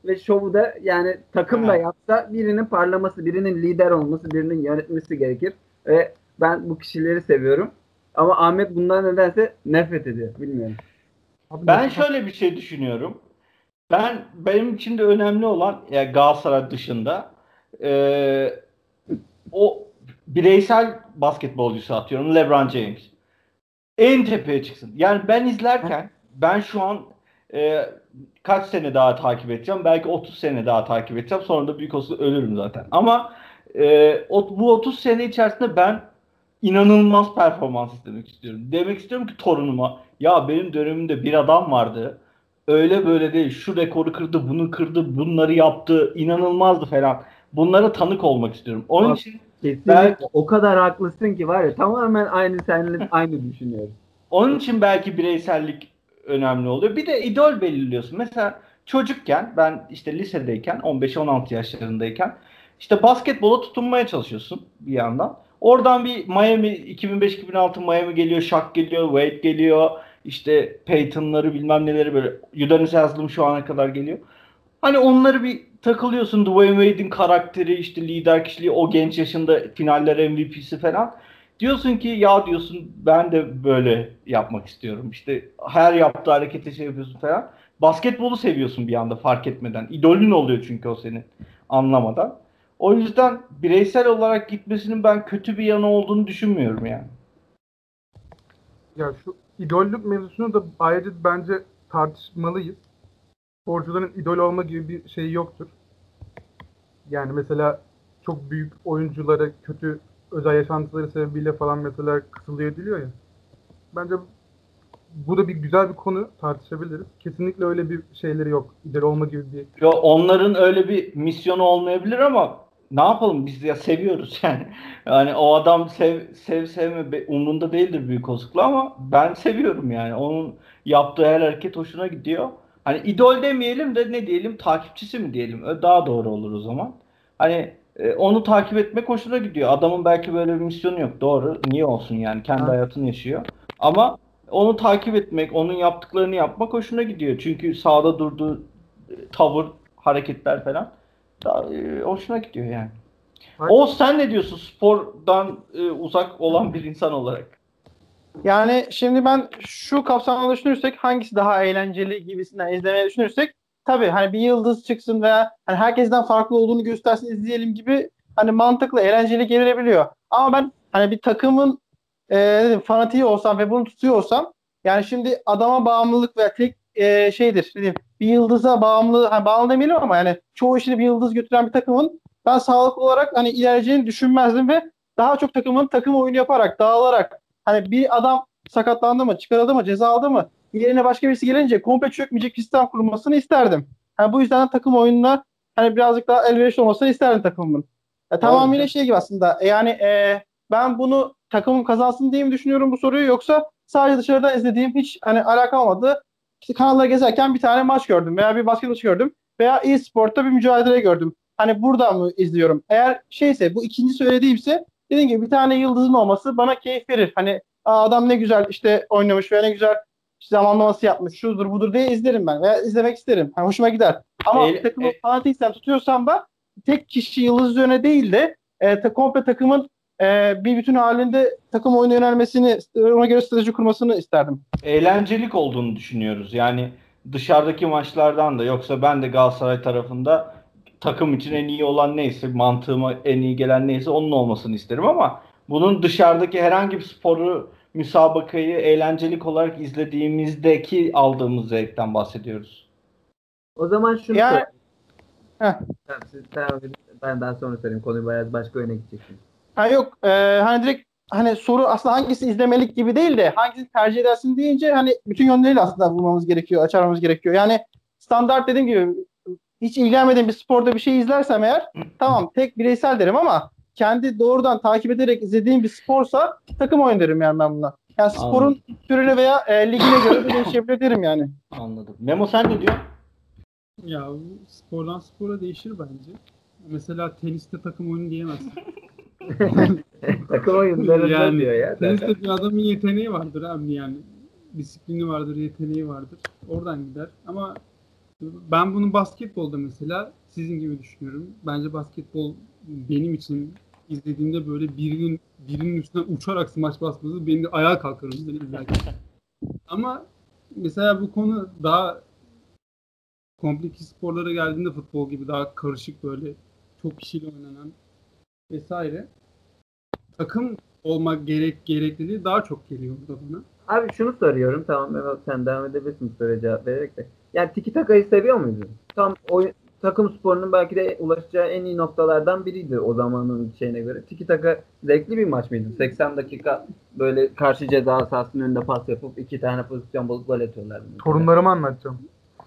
ve şovu da yani takım da Evet. yapsa birinin parlaması, birinin lider olması, birinin yönetmesi gerekir. Ve ben bu kişileri seviyorum. Ama Ahmet bundan nedense nefret ediyor. Bilmiyorum. Abi Ben nasıl- şöyle bir şey düşünüyorum. Ben benim için de önemli olan yani Galatasaray dışında e, o bireysel basketbolcusu atıyorum LeBron James. En tepeye çıksın. Yani ben izlerken ben şu an e, kaç sene daha takip edeceğim? Belki otuz sene daha takip edeceğim. Sonra da büyük olsun ölürüm zaten. Ama e, o, bu otuz sene içerisinde ben inanılmaz performans istemek istiyorum. Demek istiyorum ki torunuma ya benim dönemimde bir adam vardı. Öyle böyle değil. Şu rekoru kırdı, bunu kırdı, bunları yaptı. İnanılmazdı falan. Bunlara tanık olmak istiyorum. Onun Bak, için Kesinlikle belki o kadar haklısın ki var ya tamamen aynı seninle aynı düşünüyoruz. Onun için belki bireysellik önemli oluyor. Bir de idol belirliyorsun. Mesela çocukken ben işte lisedeyken on beş on altı yaşlarındayken işte basketbola tutunmaya çalışıyorsun bir yandan. Oradan bir Miami iki bin beş iki bin altı Miami geliyor, Shaq geliyor, Wade geliyor. İşte Peyton'ları bilmem neleri böyle Udonis Haslem şu ana kadar geliyor. Hani onları bir takılıyorsun. Dwayne Wade'in karakteri, işte lider kişiliği, o genç yaşında finaller M V P'si falan. Diyorsun ki ya diyorsun ben de böyle yapmak istiyorum. İşte her yaptığı harekete şey yapıyorsun falan. Basketbolu seviyorsun bir anda fark etmeden. İdolün oluyor çünkü o senin anlamadan. O yüzden bireysel olarak gitmesinin ben kötü bir yanı olduğunu düşünmüyorum yani. Ya şu idollük mevzusunu da ayrıca bence tartışmalıyız. Sporcuların idol olma gibi bir şey yoktur. Yani mesela çok büyük oyunculara kötü özel yaşantıları sebebiyle falan mesela kısılıyor ediliyor ya. Bence bu da bir güzel bir konu, tartışabiliriz. Kesinlikle öyle bir şeyleri yok. İdol olma gibi bir Yo, onların öyle bir misyonu olmayabilir ama ne yapalım biz ya seviyoruz yani. Yani o adam sev sev sevme be- umrunda değildir büyük olasılıkla ama ben seviyorum yani. Onun yaptığı her hareket hoşuna gidiyor. Hani idol demeyelim de ne diyelim takipçisi mi diyelim? Ö- Daha doğru olur o zaman. Hani e, onu takip etmek hoşuna gidiyor. Adamın belki böyle bir misyonu yok. Doğru. Niye olsun yani? Kendi Ha. hayatını yaşıyor. Ama onu takip etmek, onun yaptıklarını yapmak hoşuna gidiyor. Çünkü sahada durduğu tavır, hareketler falan da, e, hoşuna gidiyor yani. Hayır. Oğuz sen ne diyorsun spordan e, uzak olan bir insan olarak? Yani şimdi ben şu kapsamda düşünürsek hangisi daha eğlenceli gibisinden izlemeye düşünürsek tabii hani bir yıldız çıksın veya hani herkesten farklı olduğunu göstersin izleyelim gibi hani mantıklı eğlenceli gelebiliyor. Ama ben hani bir takımın e, ne diyeyim, fanatiği olsam ve bunu tutuyor olsam yani şimdi adama bağımlılık veya tek e, şeydir ne diyeyim, bir yıldıza bağımlı hani bağımlı demeyelim ama yani çoğu işini bir yıldız götüren bir takımın ben sağlıklı olarak hani ilerleyeceğini düşünmezdim ve daha çok takımın takım oyunu yaparak dağılarak hani bir adam sakatlandı mı, çıkarıldı mı, ceza aldı mı yerine başka birisi gelince komple çökmeyecek bir sistem kurulmasını isterdim. Yani bu yüzden takım oyununa hani birazcık daha elverişli olmasını isterdim takımımın. E, Doğru. tamamıyla şey gibi aslında. E, yani e, ben bunu takımım kazansın diye mi düşünüyorum bu soruyu yoksa sadece dışarıdan izlediğim hiç hani alakam olmadı. İşte kanallara gezerken bir tane maç gördüm veya bir basket maçı gördüm veya e-sportta bir mücadele gördüm. Hani buradan mı izliyorum? Eğer şeyse bu ikinci söylediğimse dediğim gibi bir tane yıldızın olması bana keyif verir. Hani Aa, adam ne güzel işte oynamış veya ne güzel işte zamanlaması yapmış şudur budur diye izlerim ben veya izlemek isterim. Hani hoşuma gider. Ama bir El, takımı e, fanatiksem tutuyorsam da tek kişi yıldız üzerine değil de e, ta, komple takımın e, bir bütün halinde takım oyunu yönelmesini ona göre strateji kurmasını isterdim. eğlencelik olduğunu düşünüyoruz. Yani dışarıdaki maçlardan da yoksa ben de Galatasaray tarafında takım için en iyi olan neyse, mantığıma en iyi gelen neyse onun olmasını isterim ama bunun dışarıdaki herhangi bir sporu, müsabakayı eğlencelik olarak izlediğimizdeki aldığımız zevkten bahsediyoruz. O zaman şunu Yani sor. heh. Tamam, siz devam edin. Ben daha sonra söyleyeyim. Konuyu biraz başka yöne gidecektim. Ha yok e, hani direkt hani soru aslında hangisi izlemelik gibi değil de hangisini tercih edersin deyince hani bütün yönleriyle aslında bulmamız gerekiyor, açarmamız gerekiyor. Yani standart dediğim gibi hiç ilgilenmediğim bir sporda bir şey izlersem eğer tamam tek bireysel derim ama kendi doğrudan takip ederek izlediğim bir sporsa takım oyun derim yani ben buna. Yani Anladım. sporun türüne veya e, ligine göre de değişebilir derim yani. Anladım. Memo sen ne diyorsun? Ya bu spordan spora değişir bence. Mesela teniste takım oyunu diyemezsin. Takım oyunlarında Yani diyor ya. zaten. teniste bir adamın yeteneği vardır abi yani. Disiplini vardır, yeteneği vardır. Oradan gider. Ama Ben bunu basketbolda mesela sizin gibi düşünüyorum. Bence basketbol benim için izlediğimde böyle birinin birinin üstünden uçarak smaç basması beni de ayağa kalkarım ben izlerken. Ama mesela bu konu daha kompleks sporlara geldiğinde futbol gibi daha karışık böyle çok kişiyle oynanan vesaire takım olmak gerek gerekliliği daha çok geliyor burada bana. Abi şunu soruyorum. Tamam Mehmet sen devam edebilirsin bu soruya cevap vererek de. Yani tiki takayı seviyor muydun? Tam oyun, takım sporunun belki de ulaşacağı en iyi noktalardan biriydi o zamanın şeyine göre. Tiki taka zevkli bir maç mıydı? seksen dakika böyle karşı ceza sahasının önünde pas yapıp iki tane pozisyon bulup gol atıyorlar. Torunlarıma anlatacağım.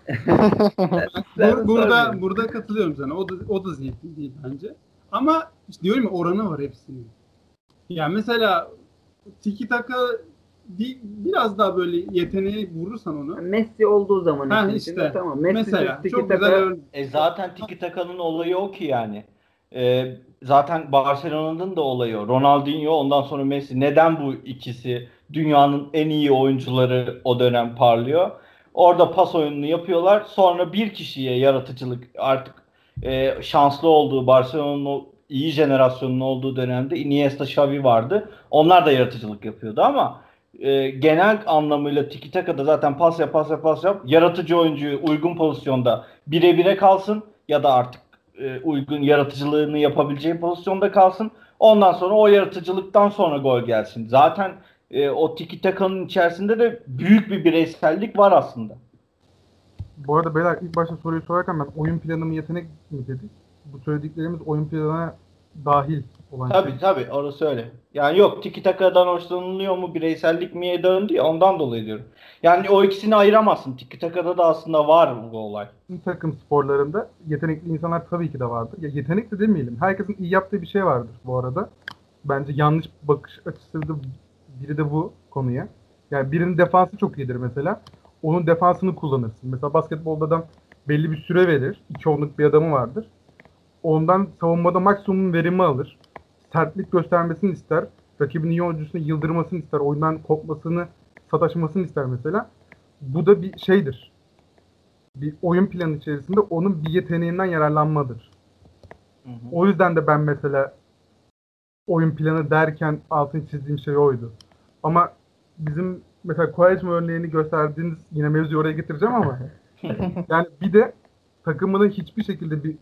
Bur- burada burada katılıyorum sana. O da o da zevkli değil bence. Ama işte diyorum ya oranı var hepsinin. Yani mesela tiki taka bir, biraz daha böyle yeteneğe vurursan onu. Messi olduğu zaman Ha, için işte. içinde tamam. Messi Mesela tiki çok taka güzel örnek. E zaten Tiki Taka'nın olayı o ki yani. E, zaten Barcelona'nın da olayı o. Ronaldinho ondan sonra Messi. Neden bu ikisi dünyanın en iyi oyuncuları o dönem parlıyor? Orada pas oyununu yapıyorlar. Sonra bir kişiye yaratıcılık artık e, şanslı olduğu Barcelona'nın o iyi jenerasyonun olduğu dönemde Iniesta, Xavi vardı. Onlar da yaratıcılık yapıyordu ama e, genel anlamıyla Tiki Taka'da zaten pas yap pas yap pas yap. Yaratıcı oyuncuyu uygun pozisyonda bire bire kalsın ya da artık e, uygun yaratıcılığını yapabileceği pozisyonda kalsın. Ondan sonra o yaratıcılıktan sonra gol gelsin. Zaten e, o Tiki Taka'nın içerisinde de büyük bir bireysellik var aslında. Bu arada beyler ilk başta soruyu sorarken ben oyun planı mı yetenek mi dedik? Bu söylediklerimiz oyun planına dahil olan Tabii şey. tabii orası öyle. Yani yok Tiki Taka'dan hoşlanılıyor mu bireysellik miye döndü ya ondan dolayı diyorum. Yani o ikisini ayıramazsın. Tiki Taka'da da aslında var bu olay. Tüm takım sporlarında yetenekli insanlar tabii ki de vardır. Ya yetenek de demeyelim. Herkesin iyi yaptığı bir şey vardır bu arada. Bence yanlış bakış açısı da biri de bu konuya. Yani birinin defansı çok iyidir mesela. Onun defansını kullanırsın. Mesela basketbolda adam belli bir süre verir. İki onluk bir adamı vardır. Ondan savunmada maksimum verimi alır. Sertlik göstermesini ister. Rakibin iyi oyuncusunu yıldırmasını ister. Oyundan kopmasını, sataşmasını ister mesela. Bu da bir şeydir. Bir oyun planı içerisinde onun bir yeteneğinden yararlanmadır. Hı hı. O yüzden de ben mesela oyun planı derken altını çizdiğim şey oydu. Ama bizim mesela Quaresma örneğini gösterdiğiniz yine mevzuyu oraya getireceğim ama yani bir de takımına hiçbir şekilde bir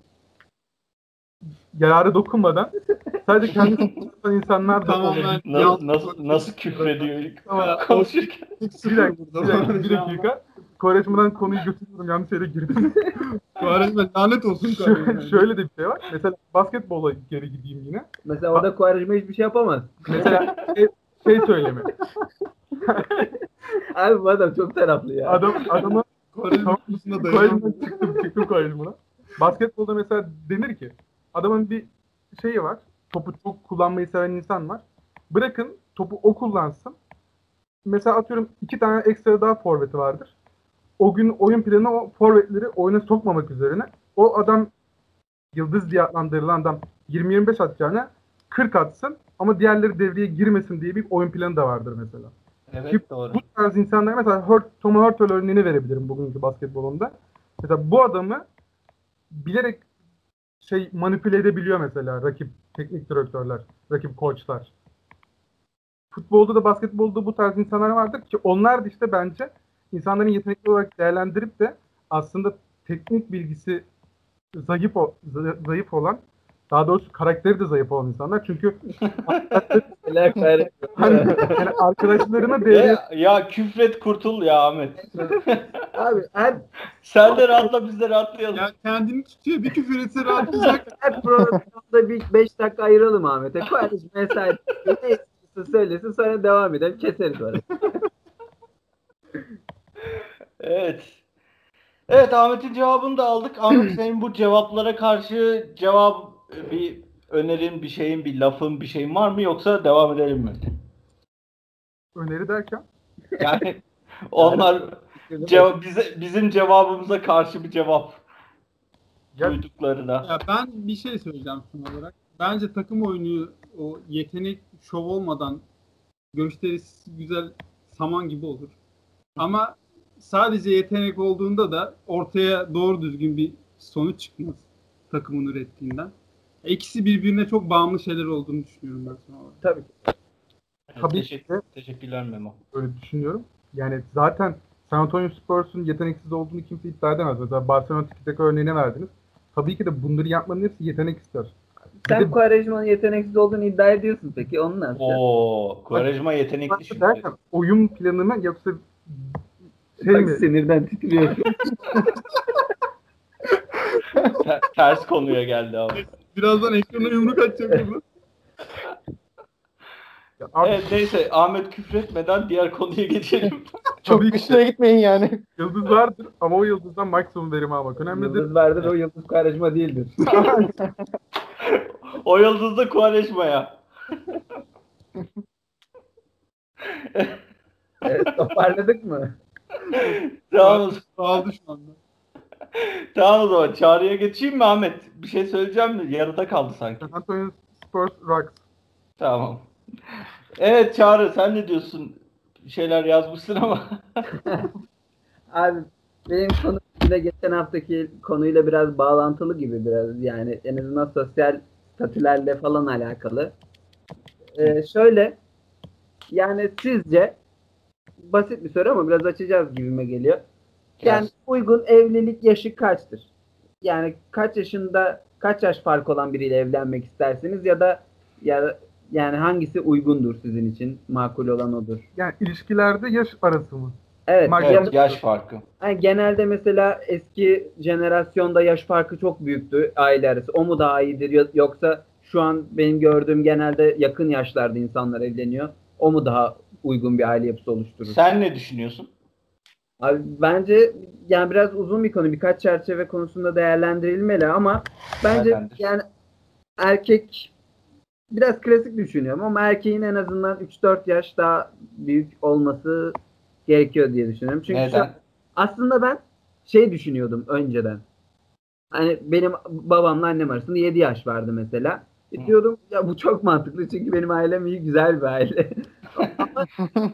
yararı dokunmadan sadece kendisi kullanan insanlar da Tamamen olur. Nasıl, nasıl, nasıl küfrediyor ilk Ama konuşurken. bir dakika, bir dakika, bir dakika. Quaresma'dan konuyu götürüyorum, yanlış yere girdim. Quaresma lanet olsun Şöyle, kardeşim. şöyle de bir şey var. Mesela basketbola geri gideyim yine. mesela orada Quaresma hiçbir şey yapamaz. Mesela şey, şey söyleme. Abi bu adam çok taraflı ya. Adam adama Quaresma konusunda Quaresma dayanamam. çıktım, çıktım Quaresma'dan. Basketbolda mesela denir ki adamın bir şeyi var. Topu çok kullanmayı seven insan var. Bırakın topu o kullansın. Mesela atıyorum iki tane ekstra daha forveti vardır. O gün oyun planı o forvetleri oyuna sokmamak üzerine o adam yıldız diye adlandırılan adam yirmi yirmi beş atacağına kırk atsın ama diğerleri devreye girmesin diye bir oyun planı da vardır mesela. Evet doğru. Bu tarz insanlar mesela Hurt, Tom Hurtel örneğini verebilirim bugünkü basketbolunda. Mesela bu adamı bilerek şey manipüle edebiliyor mesela rakip teknik direktörler, rakip koçlar. Futbolda da basketbolda da bu tarz insanlar vardır ki onlar da işte bence insanların yetenekli olarak değerlendirip de aslında teknik bilgisi zayıf o, zayıf olan, daha doğrusu karakteri de zayıf olan insanlar. Çünkü Helal Quaresma. hani, yani arkadaşlarına devreye Ya, ya küfret kurtul ya Ahmet. Abi her, Sen de rahatla biz de rahatlayalım. Ya kendini tutuyor bir küfür etse rahatlayacak. her programda bir beş dakika ayıralım Ahmet'e. Quaresma mesela ne istiyorsa söylesin sonra devam edelim. Keseriz orayı. Evet. Evet Ahmet'in cevabını da aldık. Ahmet senin bu cevaplara karşı cevap bir önerin, bir şeyin, bir lafın, bir şeyin var mı yoksa devam edelim mi? öneri derken Yani onlar cevap bize bizim cevabımıza karşı bir cevap Ya- duyduklarına. Ya ben bir şey söyleyeceğim son olarak. Bence takım oyunu o yetenek şov olmadan gösterisi güzel saman gibi olur. Ama sadece yetenek olduğunda da ortaya doğru düzgün bir sonuç çıkmaz takımın ürettiğinden. İkisi birbirine çok bağımlı şeyler olduğunu düşünüyorum ben son olarak. Tabii. Tabii Teşekkür, ki teşekkürler Memo. öyle düşünüyorum. Yani zaten San Antonio Spurs'un yeteneksiz olduğunu kimse iddia edemez. Mesela Barcelona Tiki Taka örneğine verdiniz. Tabii ki de bunları yapmanın hepsi yetenek ister. Bir Sen de- Quaresma'nın yeteneksiz olduğunu iddia ediyorsun peki. Onu nasıl? Oo, Quaresma yetenekli şimdi. derken oyun planı mı yoksa şey Bak, mi? sinirden titriyor. Ter- ters konuya geldi abi. Birazdan ekrana yumruk atacak burada. Ya abi, Evet neyse Ahmet küfretmeden diğer konuya geçelim. Çok Tabii ki. üstüne gitmeyin yani. yıldız vardır ama o yıldızdan maksimum verimi almak önemlidir. Yıldız vardır, o Yıldız Quaresma değildir. O yıldız da Quaresma'ya. Evet, toparladık mı? Tamam, Dağıldı şu anda. tamam o zaman çağrıya geçeyim mi Ahmet? Bir şey söyleyeceğim mi? Yarıda kaldı sanki. San Antonio Spurs Rocks. Tamam. Evet Çağrı sen ne diyorsun? Bir şeyler yazmışsın ama. Abi benim konum yine geçen haftaki konuyla biraz bağlantılı gibi biraz yani en azından sosyal statülerle falan alakalı. Ee, şöyle yani sizce basit bir soru ama biraz açacağız gibime geliyor. Yani Yaz. uygun evlilik yaşı kaçtır? Yani kaç yaşında kaç yaş fark olan biriyle evlenmek istersiniz ya da ya yani hangisi uygundur sizin için? Makul olan odur. Yani ilişkilerde yaş arası mı? Evet. Mak- ya- Evet yaş farkı. Yani genelde mesela eski jenerasyonda yaş farkı çok büyüktü aile arası. O mu daha iyidir yo- yoksa şu an benim gördüğüm genelde yakın yaşlarda insanlar evleniyor. O mu daha uygun bir aile yapısı oluşturur? Sen ne düşünüyorsun? Abi bence yani biraz uzun bir konu. Birkaç çerçeve konusunda değerlendirilmeli ama bence Değerlendir. yani erkek biraz klasik düşünüyorum ama erkeğin en azından üç dört yaş daha büyük olması gerekiyor diye düşünüyorum. Çünkü şu- Neden? aslında ben şey düşünüyordum önceden. Hani benim babamla annem arasında yedi yaş vardı mesela. Hı. Diyordum ya bu çok mantıklı çünkü benim ailem iyi güzel bir aile. Ama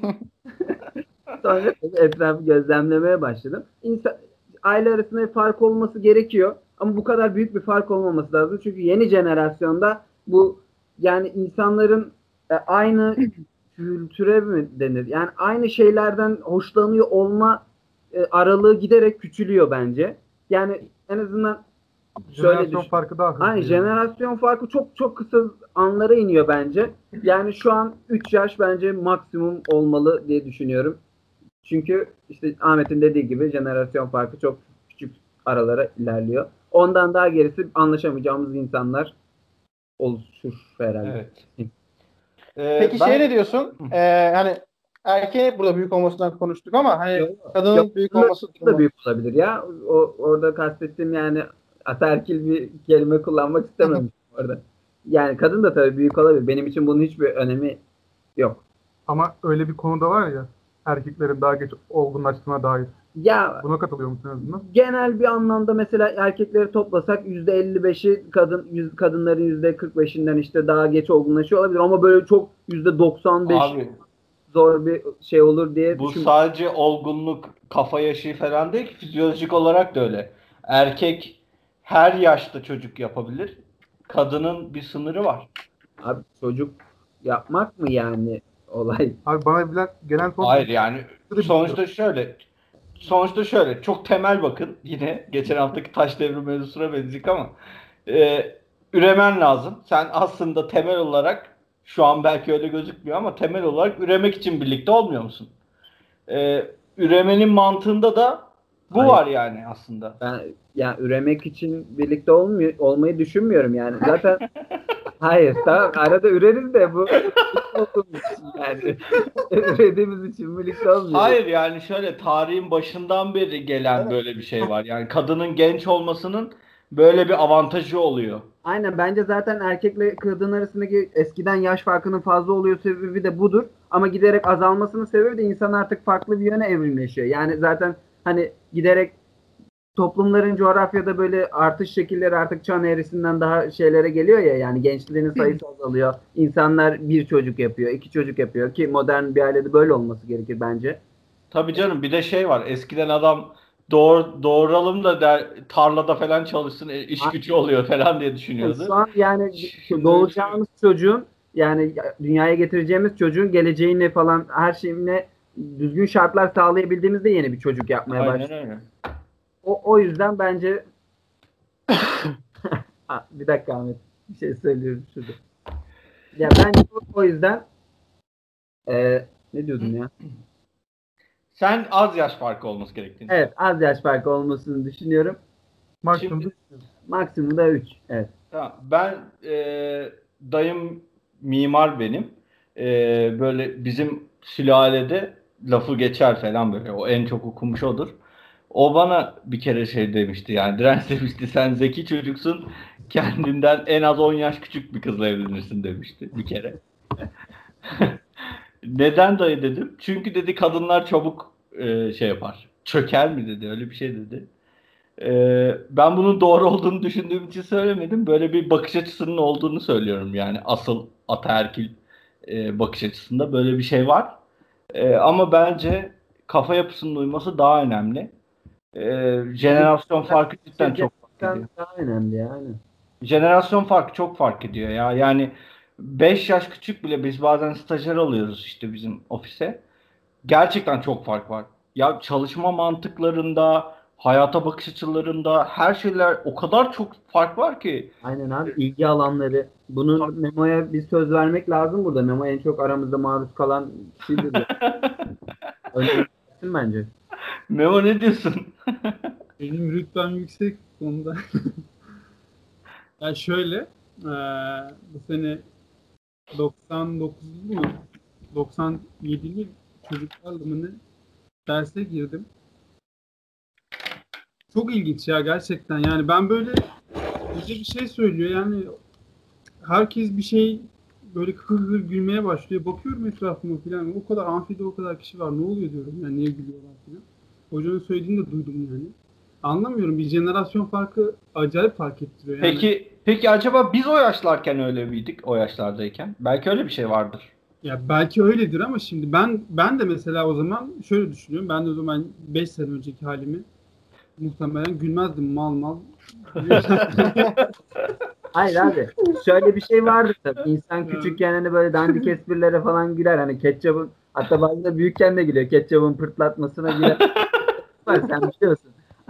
sonra etrafı gözlemlemeye başladım. İnsan, aile arasında bir fark olması gerekiyor. Ama bu kadar büyük bir fark olmaması lazım. Çünkü yeni jenerasyonda bu yani insanların e, aynı kültüre mi denir? Yani aynı şeylerden hoşlanıyor olma e, aralığı giderek küçülüyor bence. Yani en azından şöyle Jenerasyon düşün. farkı daha hızlı. Aynı yani. jenerasyon farkı çok çok kısa anlara iniyor bence. Yani şu an üç yaş bence maksimum olmalı diye düşünüyorum. Çünkü işte Ahmet'in dediği gibi jenerasyon farkı çok küçük aralara ilerliyor. Ondan daha gerisi anlaşamayacağımız insanlar oluşur herhalde. Evet. Ee, Peki ben- şey ne diyorsun? Ee, yani erkeğin hep burada büyük olmasından konuştuk ama hani Yok, kadının yok, büyük bunda- olması Bu da büyük olabilir ya. O, orada kastettiğim yani ataerkil bir kelime kullanmak istememiştim orada. Yani kadın da tabii büyük olabilir. Benim için bunun hiçbir önemi yok. Ama öyle bir konuda var ya, erkeklerin daha geç olgunlaştığına dair. Ya Buna katılıyor musun en azından? genel bir anlamda mesela erkekleri toplasak yüzde elli beşi kadın yüz, kadınların yüzde kırk beşinden işte daha geç olgunlaşıyor olabilir ama böyle çok yüzde doksan beş Abi zor bir şey olur diye bu düşün. sadece olgunluk, kafa yaşı falan değil ki fizyolojik olarak da öyle. Erkek her yaşta çocuk yapabilir. Kadının bir sınırı var. Abi çocuk yapmak mı yani olay? Abi bana bilen, gelen son Hayır yani sonuçta şöyle sonuçta şöyle çok temel bakın yine geçen haftaki taş devri mevzusuna benzik ama e, üremen lazım. Sen aslında temel olarak şu an belki öyle gözükmüyor ama temel olarak üremek için birlikte olmuyor musun? E, üremenin mantığında da bu Hayır. var yani aslında. Ben yani üremek için birlikte olmuyor, olmayı düşünmüyorum yani. Zaten hayır tamam arada üreriz de bu birlikte olduğumuz için yani. Ürediğimiz için birlikte olmuyoruz. Hayır yani şöyle tarihin başından beri gelen böyle bir şey var. Yani kadının genç olmasının böyle bir avantajı oluyor. Aynen bence zaten erkekle kadın arasındaki eskiden yaş farkının fazla oluyor sebebi de budur. Ama giderek azalmasının sebebi de insan artık farklı bir yöne evrimleşiyor. Yani zaten hani giderek toplumların coğrafyada böyle artış şekilleri artık çan eğrisinden daha şeylere geliyor ya yani gençlerin sayısı azalıyor. İnsanlar bir çocuk yapıyor, iki çocuk yapıyor ki modern bir ailede böyle olması gerekir bence. Tabii canım, bir de şey var. Eskiden adam doğur, doğuralım da der, tarlada falan çalışsın, e, iş gücü oluyor falan diye Yani düşünüyordu. şu an yani Şimdi öyle bir şey yok. doğacağımız çocuğun yani dünyaya getireceğimiz çocuğun geleceğini falan her şeyine düzgün şartlar sağlayabildiğimizde yeni bir çocuk yapmaya Aynen başlıyoruz. öyle. O, o yüzden bence ha, bir dakika Ahmet bir şey söylüyorum şurada. Ya bence o, o yüzden e, ne diyordum ya? Sen az yaş farkı olması gerektiğini Evet, söylüyorsun. az yaş farkı olmasını düşünüyorum. Maksimum Şimdi Maksimum da üç. Evet. tamam, ben e, dayım mimar benim. E, böyle bizim sülalede lafı geçer falan böyle. O en çok okumuş odur. O bana bir kere şey demişti, yani Direnç demişti, sen zeki çocuksun, kendinden en az on yaş küçük bir kızla evlenirsin demişti bir kere. Neden dayı dedim. Çünkü dedi kadınlar çabuk e, şey yapar. Çöker mi dedi, öyle bir şey dedi. E, ben bunun doğru olduğunu düşündüğüm için söylemedim. Böyle bir bakış açısının olduğunu söylüyorum, yani asıl ataerkil e, bakış açısında böyle bir şey var. E, ama bence kafa yapısının uyması daha önemli. E, jenerasyon farkı cidden çok fark Gerçekten ediyor. daha önemli yani. Jenerasyon farkı çok fark ediyor ya. Yani beş yaş küçük bile, biz bazen stajyer alıyoruz işte bizim ofise. Gerçekten çok fark var. Ya çalışma mantıklarında, hayata bakış açılarında, her şeyler o kadar çok fark var ki. Aynen abi ilgi alanları. Bunun Memo'ya bir söz vermek lazım burada. Memo en çok aramızda maruz kalan kişidir ya. Önce bence. Memo, ne diyorsun? Benim rütbem yüksek bu konuda. Yani şöyle, eee, bu sene doksan dokuzlu mu? doksan yedili çocuklarla mı ne derse girdim. Çok ilginç ya gerçekten. Yani ben böyle bize bir şey söylüyor. Yani herkes bir şey böyle kıkır kıkır gülmeye başlıyor. Bakıyorum etrafıma falan. O kadar amfide o kadar kişi var. Ne oluyor diyorum. Yani niye gülüyorlar falan. Hocanın söylediğini de duydum yani. Anlamıyorum. Bir jenerasyon farkı acayip fark ettiriyor. Yani Peki, peki acaba biz o yaşlarken öyle miydik? O yaşlardayken? Belki öyle bir şey vardır. ya belki öyledir ama şimdi ben ben de mesela o zaman şöyle düşünüyorum. Ben de o zaman beş sene önceki halimi muhtemelen gülmezdim mal mal. Hayır abi. Şöyle bir şey vardır tabii. İnsan Yani, küçükken hani böyle dandik esprilere falan güler. Hani ketçabın hatta bazen de büyükken de gülüyor. Ketçabın pırtlatmasına güler. Var sen biliyorsun.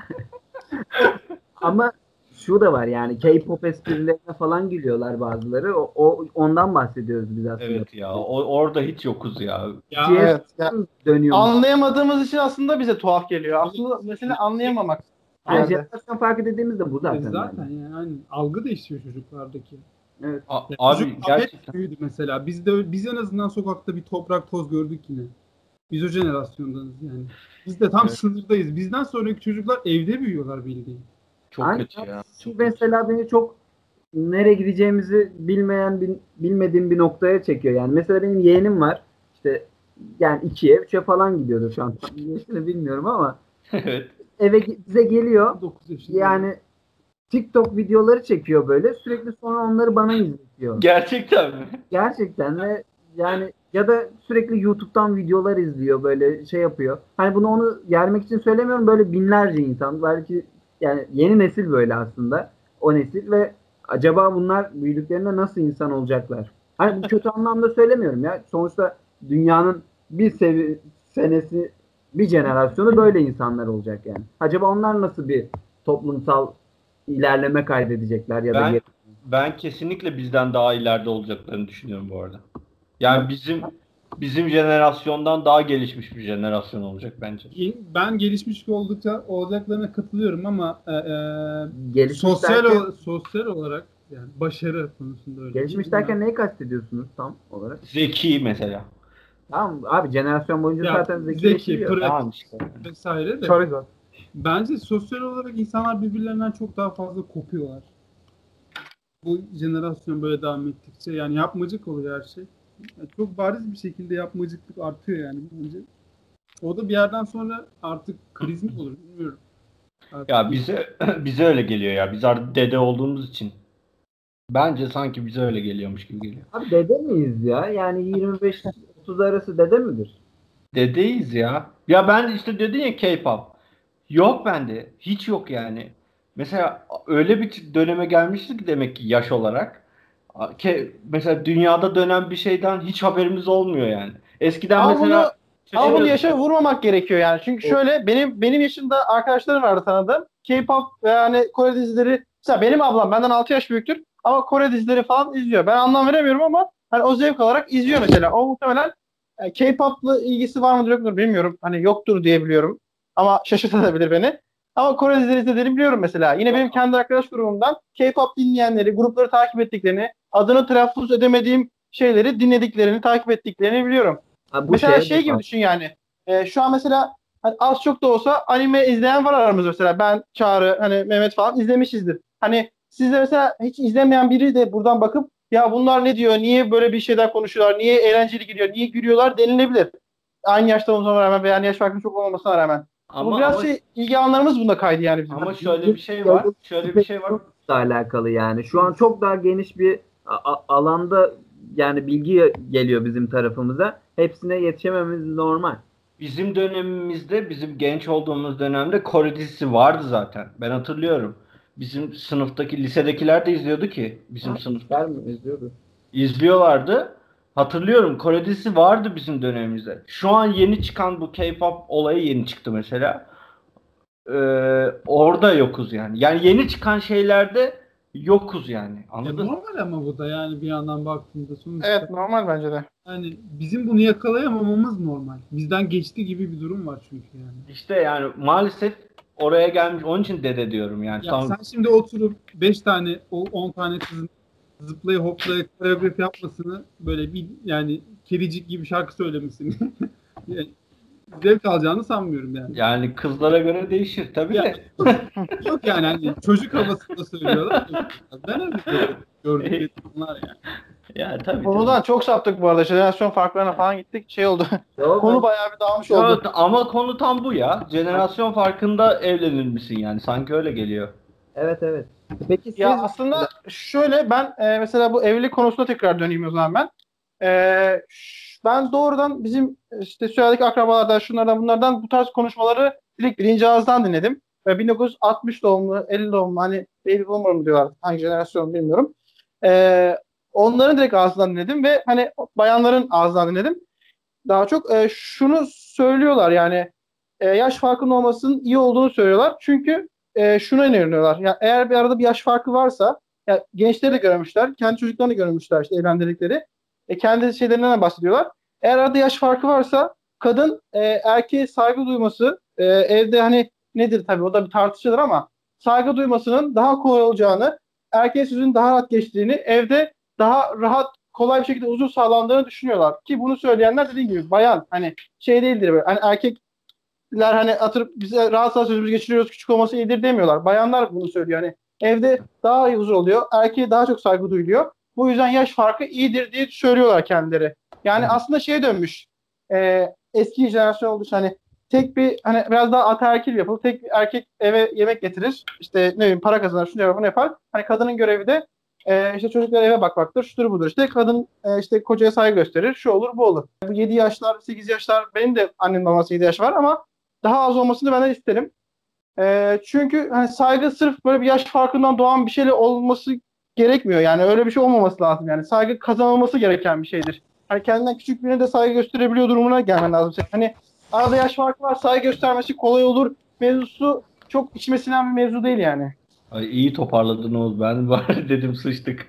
Ama şu da var yani K-pop esprilerine falan gülüyorlar bazıları. O, o ondan bahsediyoruz biz aslında. Evet ya, o, orada hiç yokuz ya. ya Evet. Ya, C S dönüyormuş. anlayamadığımız için aslında bize tuhaf geliyor. Aslında mesele anlayamamak Yani ziyade. jenerasyon farkı dediğimiz de bu e, zaten. zaten bence. yani hani algı değişiyor çocuklardaki. Evet. A- Ya abi çocuk gerçekten. apet büyüdü mesela. Biz de biz en azından sokakta bir toprak toz gördük yine. Biz o jenerasyondanız yani. Biz de tam Evet, sınırdayız. Bizden sonraki çocuklar evde büyüyorlar bildiğin. çok Aynen. kötü ya. Şu Çok kötü. mesela beni çok nereye gideceğimizi bilmeyen, bil- bilmediğim bir noktaya çekiyor. Yani mesela benim yeğenim var. İşte yani ikiye, üçe falan gidiyordu şu an. Tam yaşını bilmiyorum ama Evet. eve ge- bize geliyor. dokuz yaşında. Yani TikTok videoları çekiyor böyle. Sürekli sonra onları bana izletiyor. Gerçekten mi? Gerçekten ve yani ya da sürekli YouTube'dan videolar izliyor böyle şey yapıyor. Hani bunu onu yermek için söylemiyorum böyle binlerce insan belki yani yeni nesil böyle aslında o nesil ve acaba bunlar büyüdüklerinde nasıl insan olacaklar? Hani bu kötü anlamda söylemiyorum ya. Sonuçta dünyanın bir sevi senesi bir jenerasyonu böyle insanlar olacak yani. Acaba onlar nasıl bir toplumsal ilerleme kaydedecekler ya da Ben geri. ben kesinlikle bizden daha ileride olacaklarını düşünüyorum bu arada. Yani bizim bizim jenerasyondan daha gelişmiş bir jenerasyon olacak bence. Ben gelişmiş oldukça olacaklarına katılıyorum ama e, e, Gelişmiş sosyal derken, o- sosyal olarak yani başarı konusunda öyle değil. gelişmiş Bilmiyorum. derken neyi kastediyorsunuz tam olarak? Zeki mesela. Tamam abi jenerasyon boyunca Ya zaten zeki, zekileşiyor. Tamam pratik işte. vesaire de Charizard. bence sosyal olarak insanlar birbirlerinden çok daha fazla kopuyorlar. Bu jenerasyon böyle devam ettikçe yani yapmacık oluyor her şey. Yani çok bariz bir şekilde yapmacıklık artıyor yani bence. O da bir yerden sonra artık kriz mi olur bilmiyorum. Artık Ya bize bize öyle geliyor ya. Biz artık dede olduğumuz için. Bence sanki bize öyle geliyormuş gibi geliyor. Abi dede miyiz ya? Yani yirmi beş otuz arası dede midir? Dedeyiz ya. Ya ben işte dedin ya K-pop. Yok bende. Hiç yok yani. Mesela öyle bir döneme gelmiştik ki demek ki yaş olarak. Ke mesela dünyada dönen bir şeyden hiç haberimiz olmuyor yani. Eskiden Ama bunu mesela ama bunu şaşırıyorduk. yaşa vurmamak gerekiyor yani. Çünkü şöyle benim benim yaşımda arkadaşlarım vardı tanıdığım. K-pop ve yani Kore dizileri, mesela benim ablam benden altı yaş büyüktür ama Kore dizileri falan izliyor. Ben anlam veremiyorum ama hani o zevk alarak izliyor mesela. O muhtemelen e, K-pop'la ilgisi var mıdır yok mudur bilmiyorum. Hani yoktur diye biliyorum. Ama şaşırtabilir beni. Ama Kore dizileri izlediğini biliyorum mesela. Yine benim kendi arkadaş grubumdan K-pop dinleyenleri, grupları takip ettiklerini, adını telaffuz edemediğim şeyleri dinlediklerini, takip ettiklerini biliyorum. Ha, bu Mesela şeye şey de gibi var. düşün yani. E, şu an mesela hani az çok da olsa anime izleyen var aramızda mesela. Ben, Çağrı, hani Mehmet falan izlemişizdir. Hani siz de mesela hiç izlemeyen biri de buradan bakıp ya bunlar ne diyor, niye böyle bir şeyler konuşuyorlar, niye eğlenceli gidiyor, niye gülüyorlar denilebilir. Aynı yaşta olmasına rağmen veya yani yaş farkı çok olmamasına rağmen. Bu Ama biraz ama şey, ilgi alanlarımız bunda kaydı yani bizim. ama şöyle bir şey var. Şöyle bir şey var. Da alakalı yani. Şu an çok daha geniş bir a- a- alanda yani bilgi geliyor bizim tarafımıza. Hepsine yetişememiz normal. Bizim dönemimizde, bizim genç olduğumuz dönemde Kore dizisi vardı zaten. Ben hatırlıyorum. Bizim sınıftaki, lisedekiler de izliyordu ki. Bizim sınıfta. Der mi? İzliyordu. İzliyorlardı. Hatırlıyorum, Kore dizisi vardı bizim dönemimizde. Şu an yeni çıkan bu K-pop olayı yeni çıktı mesela. Ee, orada yokuz yani. Yani yeni çıkan şeylerde yokuz yani. Ya Anladın mı? normal ama bu da yani bir yandan baktığında sonuçta Evet, normal bence de. yani bizim bunu yakalayamamamız normal. Bizden geçti gibi bir durum var çünkü yani. İşte yani maalesef oraya gelmiş. Onun için dede diyorum yani. Ya Tam sen şimdi oturup beş tane o on tane kızın zıplaya hoplaya koreografi yapmasını böyle bir yani kedicik gibi şarkı söylemesini yani zevk alacağını sanmıyorum yani. yani kızlara göre değişir tabii Ya, de. yok yani hani çocuk havasında söylüyorlar. Ben öyle görüyorum. Gördükleri bunlar yani. Ya tabii Konudan tabii. çok saptık bu arada. Jenerasyon farklarına falan gittik. Şey oldu. Yok, Konu ben- bayağı bir dağılmış Ya, oldu. ama konu tam bu ya. Jenerasyon farkında evlenir misin yani? Sanki öyle geliyor. Evet, evet. Peki siz Ya aslında şöyle, ben e, mesela bu evlilik konusuna tekrar döneyim o zaman ben. E, ş- ben doğrudan bizim işte süreldeki akrabalardan, şunlardan bunlardan bu tarz konuşmaları direkt birinci ağızdan dinledim. Ve bin dokuz yüz altmış doğumlu, elli doğumlu, hani baby boomer mı diyorlar, hangi jenerasyon bilmiyorum. E, onların direkt ağzından dinledim ve hani bayanların ağzından dinledim. Daha çok e, şunu söylüyorlar yani, e, yaş farkının olmasının iyi olduğunu söylüyorlar. Çünkü e, şuna inanıyorlar. Yani eğer bir arada bir yaş farkı varsa, ya gençleri de görmüşler, kendi çocuklarını görmüşler işte evlendirdikleri. E, kendi şeylerinden bahsediyorlar. Eğer arada yaş farkı varsa kadın e, erkeğe saygı duyması, e, evde hani nedir tabii o da bir tartışılır ama saygı duymasının daha kolay olacağını, erkeğe sözün daha rahat geçtiğini, evde daha rahat, kolay bir şekilde huzur sağlandığını düşünüyorlar. Ki bunu söyleyenler dediğim gibi bayan, hani şey değildir böyle. Hani erkekler hani atırıp bize rahat rahat sözümüzü geçiriyoruz, küçük olması iyidir demiyorlar. Bayanlar bunu söylüyor. Hani evde daha iyi huzur oluyor. Erkeğe daha çok saygı duyuluyor. Bu yüzden yaş farkı iyidir diye söylüyorlar kendileri. Yani aslında şeye dönmüş. E, eski jenerasyon olduğu için hani tek bir, hani biraz daha ataerkil yapılır. Tek bir erkek eve yemek getirir. İşte ne bileyim para kazanır, şunu yapar, bunu yapar. Hani kadının görevi de e, işte çocuklara eve bakmaktır, şudur budur. İşte kadın e, işte kocaya saygı gösterir, şu olur bu olur. Bu yedi yaşlar, sekiz yaşlar, benim de annem babası yedi yaş var ama daha az olmasını ben de isterim. E, çünkü hani saygı sırf böyle bir yaş farkından doğan bir şeyle olması gerekmiyor. Yani öyle bir şey olmaması lazım. Yani saygı kazanılması gereken bir şeydir. Hani kendinden küçük birine de saygı gösterebiliyor durumuna gelmen lazım. Hani arada yaş farkı var, saygı göstermesi kolay olur mevzusu çok içime sinen bir mevzu değil yani. Ay, iyi toparladın Oğuz. Ben var dedim sıçtık.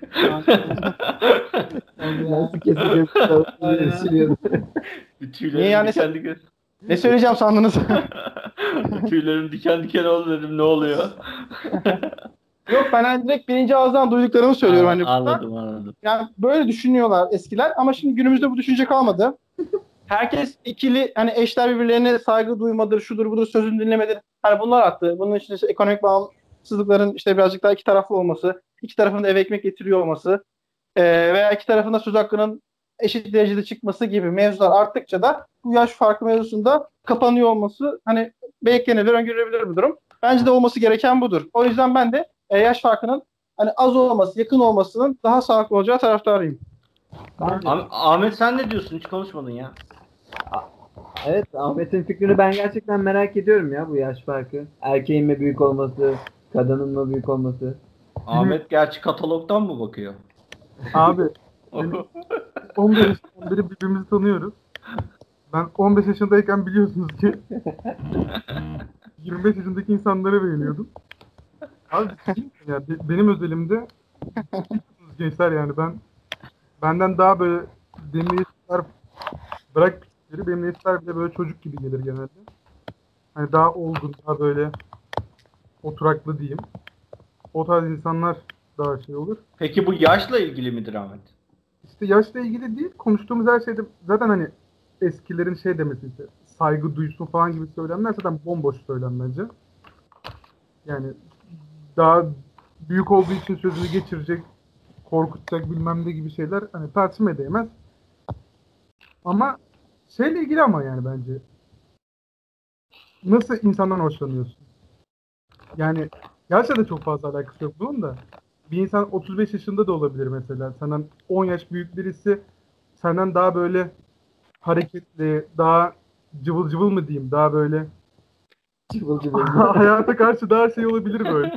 nasıl keseceğim? Aynen. Bir Niye tüylerim yani? diken diken. Ne söyleyeceğim sandınız? Tüylerim diken diken oldu dedim, ne oluyor? Yok, ben hani direkt birinci ağızdan duyduklarımı söylüyorum Aa, hani burada. anladım anladım. Yani böyle düşünüyorlar eskiler ama şimdi günümüzde bu düşünce kalmadı. Herkes ikili, hani eşler birbirlerine saygı duymadır, şudur budur, sözünü dinlemedir. Hani bunlar attı. Bunun için işte ekonomik bağımsızlıkların işte birazcık daha iki taraflı olması, iki tarafın da eve ekmek getiriyor olması e, veya iki tarafın da söz hakkının eşit derecede çıkması gibi mevzular arttıkça da bu yaş farkı mevzusunda kapanıyor olması hani beklenebilir, öngörülebilir bir durum. Bence de olması gereken budur. O yüzden ben de e, yaş farkının hani az olması, yakın olmasının daha sağlıklı olacağı taraftarıyım. Ah- Ahmet sen ne diyorsun? Hiç konuşmadın ya. Evet, Ahmet'in fikrini ben gerçekten merak ediyorum ya, bu yaş farkı. Erkeğin mi büyük olması, kadının mı büyük olması. Ahmet gerçi katalogdan mı bakıyor? Abi benim on beş yaşından beri birbirimizi tanıyoruz. Ben on beş yaşındayken biliyorsunuz ki yirmi beş yaşındaki insanları beğeniyordum. Abi ya be- benim özelimde gençler yani ben benden daha böyle benim yaşlar bırak küçükleri benim yaşlar bile böyle çocuk gibi gelir genelde. Hani daha olgun, daha böyle oturaklı diyeyim. O tarz insanlar daha şey olur. Peki bu yaşla ilgili midir Ahmet? İşte yaşla ilgili değil, konuştuğumuz her şeyde zaten hani eskilerin şey demesi işte saygı duysun falan gibi söylemler zaten bomboş söylemlerce. Yani daha büyük olduğu için sözünü geçirecek, korkutacak bilmem ne gibi şeyler hani tartışmaya değmez. Ama şeyle ilgili ama yani bence nasıl insandan hoşlanıyorsun? Yani yaşla da çok fazla alakası yok bunun da. Bir insan otuz beş yaşında da olabilir mesela. Senden on yaş büyük birisi senden daha böyle hareketli, daha cıvıl cıvıl mı diyeyim, daha böyle Cıvıl cıvıl. hayata karşı daha şey olabilir böyle.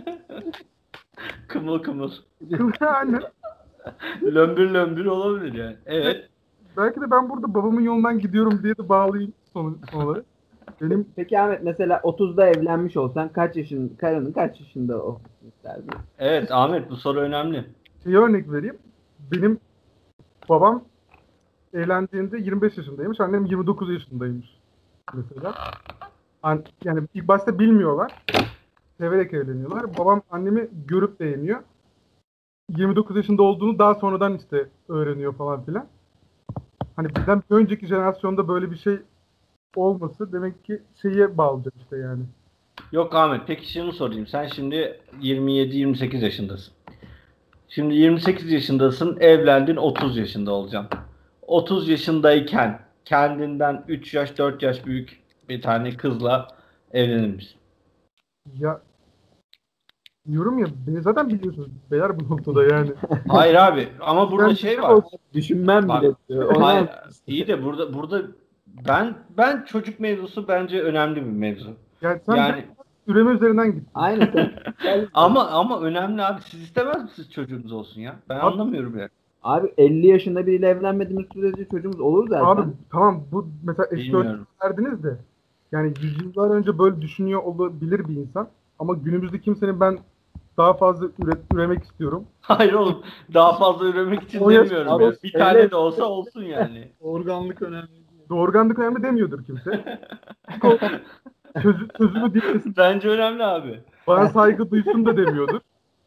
Kımıl kımıl. Yani Lömbür lömbür olabilir yani. Evet. belki de ben burada babamın yolundan gidiyorum diye de bağlayayım son, son olarak. Benim Peki Ahmet, mesela otuzda evlenmiş olsan kaç yaşın, karının kaç yaşında olsun isterdin? Evet Ahmet, bu soru önemli. şeye örnek vereyim. Benim babam evlendiğinde yirmi beş yaşındaymış, annem yirmi dokuz yaşındaymış mesela. An- Yani ilk başta bilmiyorlar. Severek evleniyorlar. Babam annemi görüp beğeniyor. yirmi dokuz yaşında olduğunu daha sonradan işte öğreniyor falan filan. Hani bizden bir önceki jenerasyonda böyle bir şey olması demek ki şeye bağlayacak işte yani. Yok Ahmet, peki şunu sorayım. Sen şimdi yirmi yedi yirmi sekiz yaşındasın. Şimdi yirmi sekiz yaşındasın, evlendin, otuz yaşında olacaksın. otuz yaşındayken kendinden üç yaş dört yaş büyük bir tane kızla evlenir misin? Ya diyorum ya beni zaten biliyorsunuz beyler bu noktada yani. Hayır abi, ama burada Ben şey çocuk var. olsun. Düşünmem Bak, bile diyor. Ona hayır, iyi de burada burada ben ben çocuk mevzusu bence önemli bir mevzu. Yani sen Yani direkt üreme üzerinden gittin. aynı sen. ama ama önemli abi. Siz istemez misiniz çocuğunuz olsun ya? Ben Abi- anlamıyorum ya. Abi elli yaşında biriyle evlenmediğimiz sürece çocuğumuz olur zaten. Abi tamam bu mesela eski Bilmiyorum. verdiniz de yani yüzyıllar önce böyle düşünüyor olabilir bir insan ama günümüzde kimsenin ben daha fazla üret, üremek istiyorum. Hayır oğlum, daha fazla üremek için O yaş- demiyorum abi ya. o- Bir öyle- tane de olsa olsun yani. Organlık önemli değil. Doğurganlık önemli demiyordur kimse. Sözü, sözümü dinlesin, Bence önemli abi. bana saygı duysun da demiyordur.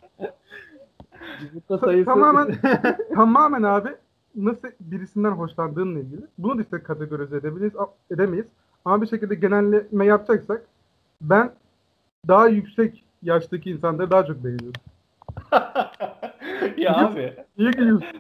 Yumurta sayısı Tamamen tamamen abi nasıl birisinden hoşlandığınla ilgili. Bunu da işte kategorize edebiliriz, edemeyiz. Ama bir şekilde genelleme yapacaksak ben daha yüksek yaştaki insanları daha çok beğeniyorum. Ya abi. Niye gülüyorsun?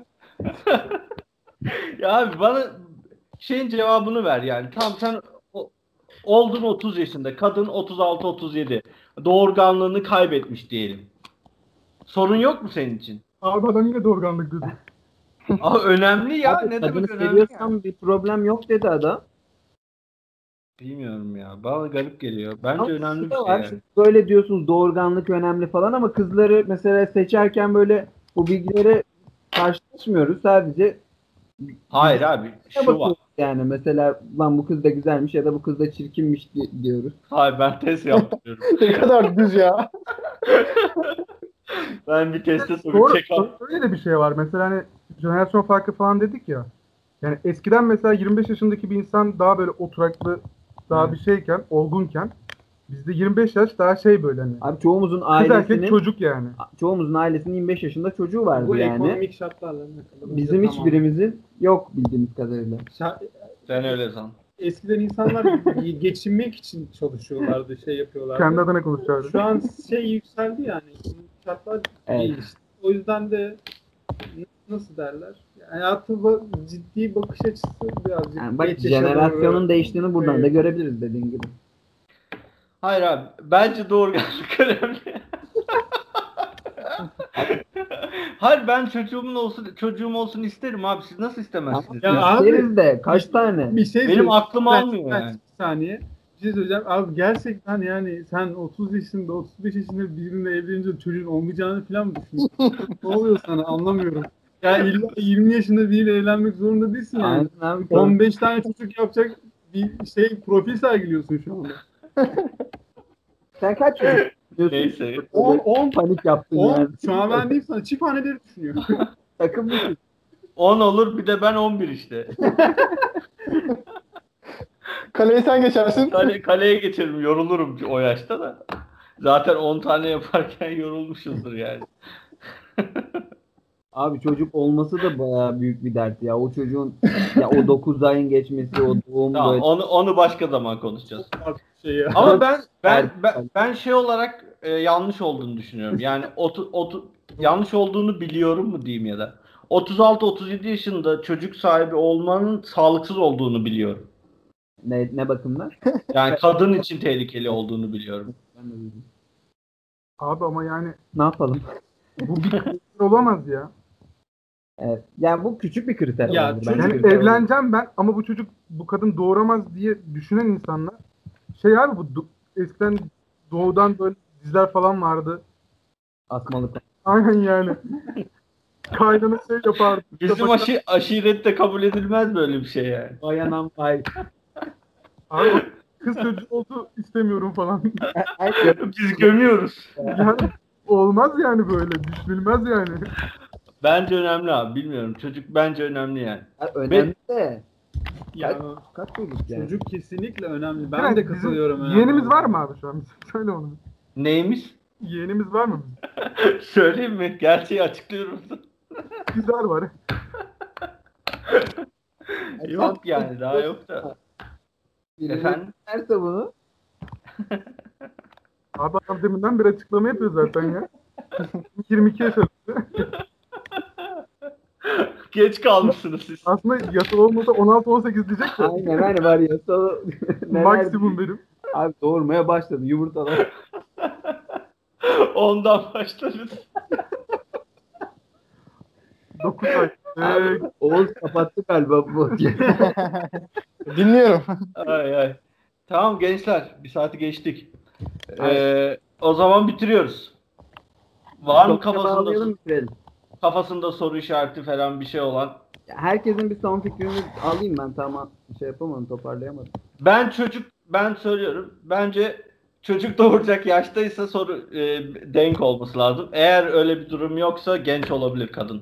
Ya abi, bana şeyin cevabını ver yani. Tamam, sen o- oldun otuz yaşında. Kadın otuz altı otuz yedi. Doğurganlığını kaybetmiş diyelim. Sorun yok mu senin için? Abi adam yine doğurganlık dedi. Ama önemli ya. Abi Ne kadını demek önemli seviyorsam yani? bir problem yok dedi adam. Bilmiyorum ya. Bana garip geliyor. Bence Ama önemli şu bir da şey var, yani. şimdi böyle diyorsunuz doğurganlık önemli falan ama kızları mesela seçerken böyle bu bilgilere karşılaşmıyoruz. Sadece Hayır abi. Şu var. bakıyoruz yani, mesela lan bu kız da güzelmiş ya da bu kız da çirkinmiş di- diyoruz. Hayır, ben test yaptırıyorum. Ne kadar düz ya. Ben bir teste sonuç Doğru. çekeceğim. Öyle de bir şey var. Mesela hani jenerasyon farkı falan dedik ya. Yani eskiden mesela yirmi beş yaşındaki bir insan daha böyle oturaklı, daha Hı. bir şeyken, olgunken bizde yirmi beş yaş daha şey böyle hani. Abi çoğumuzun Kız erkek ailesinin çocuk yani. çoğumuzun ailesinin yirmi beş yaşında çocuğu vardı Bu yani. ekonomik şartlarla alakalı. Bizim Tamam. hiçbirimizin yok bildiğimiz kadarıyla. Şa- Sen öyle san. Eskiden insanlar geçinmek için çalışıyorlardı, şey yapıyorlardı. Kendi adına konuşuyordu. Şu an şey yükseldi yani. Şartlar Evet. değişti. O yüzden de nasıl derler? Hayatı ba- ciddi bakış açısı birazcık Yani bak, geç yaşa jenerasyonun doğru- değiştiğini buradan da Evet. görebiliriz dediğin gibi. Hayır abi. Bence doğurganlık önemli. Hayır ben çocuğumun olsun çocuğum olsun isterim abi. Siz nasıl istemezsiniz? Ya Ya, abi- İsteriz de kaç tane? Bir şey benim söyleyeyim. aklım Ben- almıyor ben- yani. Bir saniye. Bir şey söyleyeceğim. Abi gerçekten yani sen otuz yaşında, otuz beş yaşında biriyle evlenince çocuğun olmayacağını falan mı düşünüyorsun? Ne oluyor sana anlamıyorum. Yani illa yirmi yaşında biriyle evlenmek zorunda değilsin yani. Aynen abi. on beş tane çocuk yapacak bir şey profil sergiliyorsun şu anda. Sen kaç çocuk istiyorsun? Neyse. on on Panik yaptın on yani. şu an ben diyeyim sana çift haneleri düşünüyor. Takım mısın? on olur bir de ben on bir işte. Kaleye sen geçersin. Kale, kaleye geçerim yorulurum o yaşta da. Zaten on tane yaparken yorulmuşuzdur yani. Abi çocuk olması da bayağı büyük bir dert ya. O çocuğun ya o dokuz ayın geçmesi, o doğum Tamam böyle. onu onu başka zaman konuşacağız. Artık şey ya. Ama ben ben ben, ben şey olarak e, yanlış olduğunu düşünüyorum. Yani otu, otu, yanlış olduğunu biliyorum mu diyeyim ya da otuz altı otuz yedi yaşında çocuk sahibi olmanın sağlıksız olduğunu biliyorum. Ne, ne bakımdan? Yani kadın için tehlikeli olduğunu biliyorum. Ben de bilmiyorum. Abi ama yani Ne yapalım? bu bir kriter olamaz ya. Evet. Yani bu küçük bir kriter Ya olabilir. çocuk Bence Yani kriter evleneceğim ben ama bu çocuk bu kadın doğuramaz diye düşünen insanlar şey abi bu do- eskiden doğudan böyle diziler falan vardı. asmalı. Aynen yani. Kaynana şey yapardı. Bizim aşi, aşirette kabul edilmez böyle bir şey yani. Bayanan vay. Abi o kız çocuğu oldu istemiyorum falan. Biz gömüyoruz. Yani olmaz yani böyle. Düşünülmez yani. Bence önemli abi. Bilmiyorum. Çocuk bence önemli yani. Önemli de. Ya, Kaç çocuk yani? çocuk kesinlikle önemli. Ben Yani de bizim katılıyorum. önemli Yeğenimiz olduğuna. var mı abi şu an? Söyle onu. Neyimiz? Yeğenimiz var mı? Söyleyeyim mi? Gerçeği açıklıyorum. Güzel var. Yok yani daha yok da. Efendim? Nerede bunu? Abi adam deminden bir açıklama yapıyor zaten ya. yirmi iki yaşında. Geç kalmışsınız siz. Aslında yasal olmasa on altı on sekiz diyecek de. Aynen hani var ya. So, neler- Maksimum benim. Abi doğurmaya başladı yumurtalar. Ondan başlarız. dokuz ay. Ee, Abi, Oğuz kapattı galiba bu. Dinliyorum. Ay ay. Tamam gençler. Bir saati geçtik. Ee, o zaman bitiriyoruz. Var mı kafasında, Bağlayalım, bitirelim. kafasında soru işareti falan bir şey olan? Herkesin bir son fikrini alayım ben, tamam şey yapamadım, toparlayamadım. Ben çocuk ben söylüyorum. Bence çocuk doğuracak yaştaysa soru e, denk olması lazım. Eğer öyle bir durum yoksa genç olabilir kadın.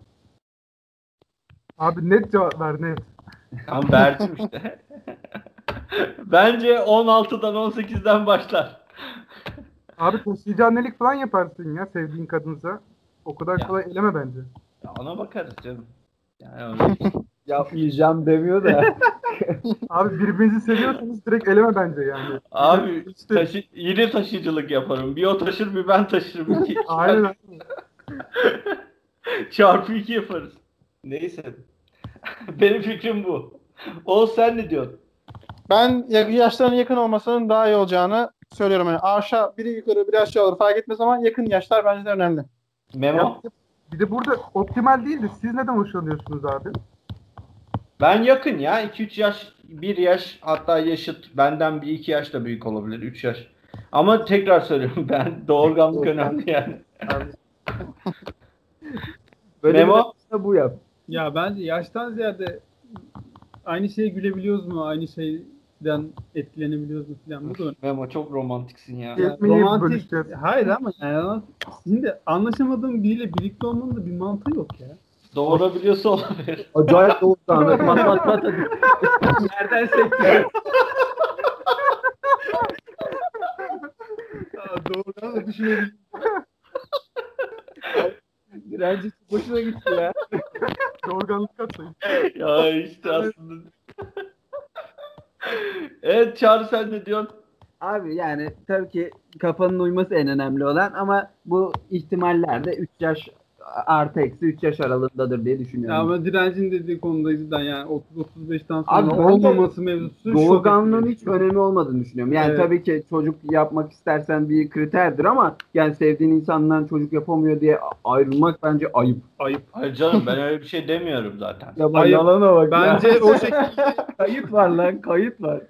abi net cevap ver net. Tam verdim işte. Bence on altıdan on sekizden başlar. Abi taşıyıcı annelik falan yaparsın ya sevdiğin kadınsa. O kadar Ya. kolay eleme bence. Ya ona bakarız canım. Yani öyle. Yapmayacağım demiyor da. Abi birbirinizi seviyorsanız direkt eleme bence yani. Abi İşte- taşı, yine taşıyıcılık yaparım. Bir o taşır bir ben taşırım. İki, Aynen. Çarpı iki yaparız. Neyse. Benim fikrim bu. Oğuz sen ne diyorsun? Ben ya- yaşlarının yakın olmasının daha iyi olacağını söylüyorum. Yani aşağı biri yukarı biri aşağı olur fark etmez ama yakın yaşlar bence de önemli. Memo? Bir de burada optimal değil de siz neden hoşlanıyorsunuz abi? Ben yakın ya. iki üç yaş, bir yaş hatta yaşıt. Benden bir iki yaş da büyük olabilir. üç yaş. Ama tekrar söylüyorum ben doğurganlık önemli yani. Böyle Memo? bir de bu yap. Ya bence yaştan ziyade aynı şeye gülebiliyoruz mu? Aynı şeyden etkilenebiliyoruz mu falan. Bu da Memo çok romantiksin ya. Evet. Ekmeği romantik. bölüşeceğiz. Hayır ama yani şimdi anlaşamadığım biriyle birlikte olmanın da bir mantığı yok ya. Doğurabiliyorsa olabilir. Acayip doğru Ahmet. Pat pat pat hadi. Nereden sekti? Doğru da düşünebilirim. Direnci boşuna gitti ya. Doğurganlık katlayın. Ya işte aslında. Evet Çağrı sen ne diyorsun? Abi yani tabii ki kafanın uyması en önemli olan ama bu ihtimallerde üç yaş artı eksi üç yaş aralığındadır diye düşünüyorum. Ya ama direncin dediği konuda cidden yani otuz otuz beşten sonra Abi ben de olmaması mevzusu Doğurganlığın çok hiç önemi olmadığını düşünüyorum. Yani Evet. tabii ki çocuk yapmak istersen bir kriterdir ama yani sevdiğin insandan çocuk yapamıyor diye ayrılmak bence ayıp. ayıp. Hayır canım, ben öyle bir şey demiyorum zaten. Ya bak Ayıp. yalana bak. Bence ya. o şekilde Kayıt var lan, kayıt var.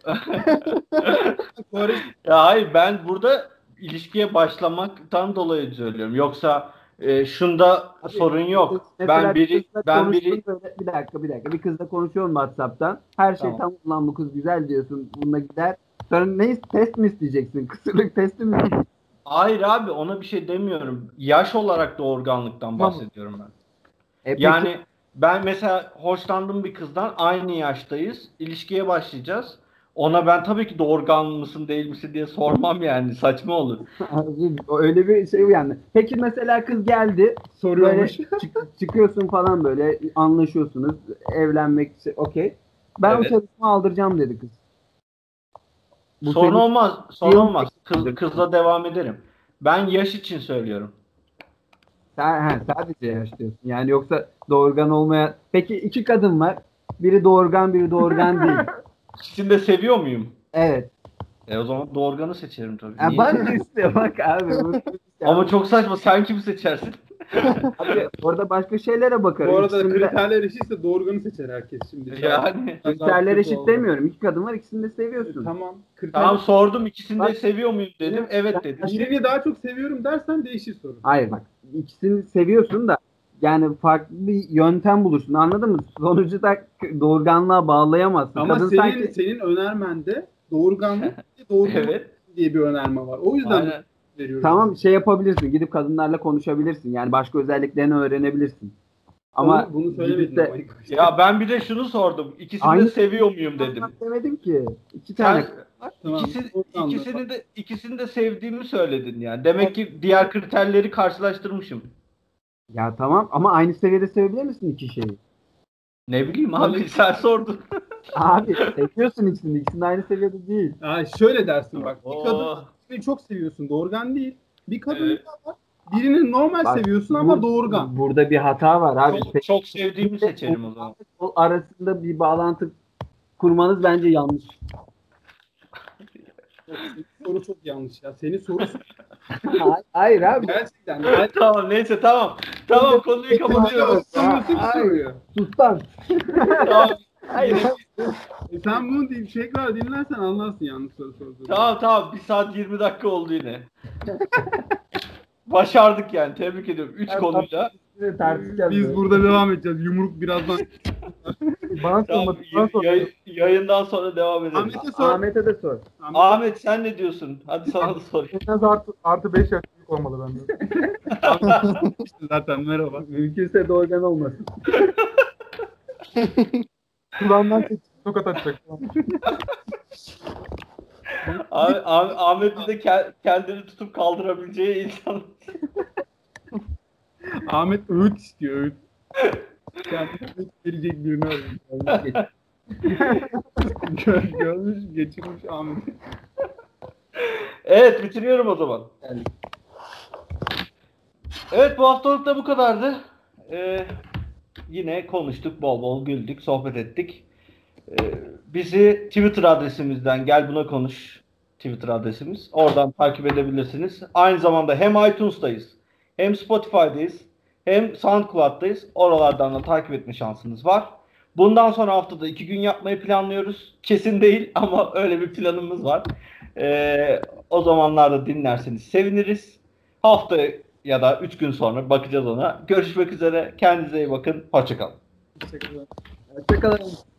Barış Ya hayır, ben burada ilişkiye başlamaktan dolayı söylüyorum. Yoksa e, şunda Abi, sorun yok. Mesela Ben bir biri kızla ben biri konuştun böyle- bir dakika bir dakika bir kızla konuşuyorsun WhatsApp'tan. Her şey Tamam. tamam lan bu kız güzel diyorsun. Bununla gider. Sonra ne test mi isteyeceksin? Kısırlık testi mi isteyeceksin? hayır abi, ona bir şey demiyorum. Yaş olarak doğurganlıktan bahsediyorum ben. E peki, Yani ben mesela hoşlandığım bir kızdan, aynı yaştayız. İlişkiye başlayacağız. Ona ben tabii ki doğurgan mısın değil misin diye sormam yani. Saçma olur. Abi, öyle bir şey yani. Peki mesela kız geldi. Böyle soruyormuş. çık- çıkıyorsun falan böyle anlaşıyorsunuz. Evlenmek işte okey. Ben o Evet. çalışma aldıracağım dedi kız. Bu Sorun senin- olmaz. Sorun Yıl- olmaz. Kız, kızla devam ederim. Ben yaş için söylüyorum. Ha, ha, sadece yaş diyorsun. Yani yoksa doğurgan olmayan. Peki iki kadın var. Biri doğurgan, biri doğurgan değil. İkisini de seviyor muyum? Evet. E o zaman doğurganı seçerim tabii. Ha, Niye? ben de istiyorum bak abi. Bu- Ama çok saçma. Sen kimi seçersin? Abi, orada başka şeylere bakarım. Bu arada İkisini de- kriterler eşitse doğurganı seçer herkes şimdi. Yani. kriterler eşit demiyorum. İki kadın var, ikisini de seviyorsun. Tamam. Kriter... Tamam, sordum, ikisini de Bak- seviyor muyum dedim. Evet dedim. Birini daha çok seviyorum dersen değişir sorun. Hayır bak, ikisini seviyorsun da yani farklı bir yöntem bulursun, anladın mı? Sonucu da doğurganlığa bağlayamazsın. Ama Kadın senin sanki senin önermende doğurganlık ve doğurganlık Evet. diye bir önerme var. O yüzden Aynen. veriyorum. tamam şey yapabilirsin, gidip kadınlarla konuşabilirsin. Yani başka özelliklerini öğrenebilirsin. Ama bunu, bunu gidip söylemedim de- ama ilk başta. Ya ben bir de şunu sordum. İkisini Aynı- de seviyor muyum dedim. demedim ki. İki tane Sen Tamam, ikisi, doğurganlık. ikisini de ikisini de sevdiğimi söyledin yani. Demek ki diğer kriterleri karşılaştırmışım. ya tamam ama aynı seviyede sevebilir misin iki şeyi? Ne bileyim abi, sen sordun. Abi seviyorsun ikisini, ikisinin aynı seviyede değil. Ha, şöyle dersin bak. Bir Oo. kadın birini çok seviyorsun. Doğurgan değil. Bir kadın Evet. daha var. Birini normal Bak, seviyorsun ama bu- doğurgan. Burada bir hata var abi. Çok, çok sevdiğimi seçerim o zaman. O arasında bir bağlantı kurmanız bence yanlış. Soru çok yanlış ya. Senin sorusu Hayır, hayır abi. gerçekten. Ben Tamam, neyse, tamam. Tamam, konuyu kapatıyoruz. sanıyorsun ki Hayır. soruyor. Sus lan. Tamam, Hayır. E sen bunu din- tekrar dinlersen anlarsın yanlış soru sorduğunu. tamam, tamam. bir saat yirmi dakika oldu yine. Başardık yani. Tebrik ediyorum. üç konuyla. Tartışacağız. Biz böyle. burada devam edeceğiz. Yumruk birazdan. Bana Tamam, sormadı. Bana y- sormadı. yay- yayından sonra devam edelim. Ahmet'e sor. Ahmet'e de sor. Ahmet, sen ne diyorsun? Hadi sana da sorayım. En az artı, artı beş yaş büyük olmalı bende. Zaten merhaba. Mümkünse doğurgan olmasın. Kulağından çek. Tokat atacak. Ahmet, Ah- Ahmet bir de ke- kendini tutup kaldırabileceği insan. Ahmet öğüt istiyor öğüt. Kendine öğüt verecek birini arıyor. Gör- Görmüş geçirmiş Ahmet. Evet, bitiriyorum o zaman. Evet, bu haftalık da bu kadardı. Ee, yine konuştuk, bol bol güldük, sohbet ettik. Ee, bizi Twitter adresimizden Gel Buna Konuş Twitter adresimiz. Oradan takip edebilirsiniz. Aynı zamanda hem iTunes'tayız, hem Spotify'dayız, hem SoundCloud'dayız. Oralardan da takip etme şansınız var. Bundan sonra haftada iki gün yapmayı planlıyoruz. Kesin değil ama öyle bir planımız var. Ee, o zamanlarda dinlerseniz seviniriz. Hafta ya da üç gün sonra bakacağız ona. Görüşmek üzere. Kendinize iyi bakın. Hoşça kalın. Teşekkürler. Hoşçakalın.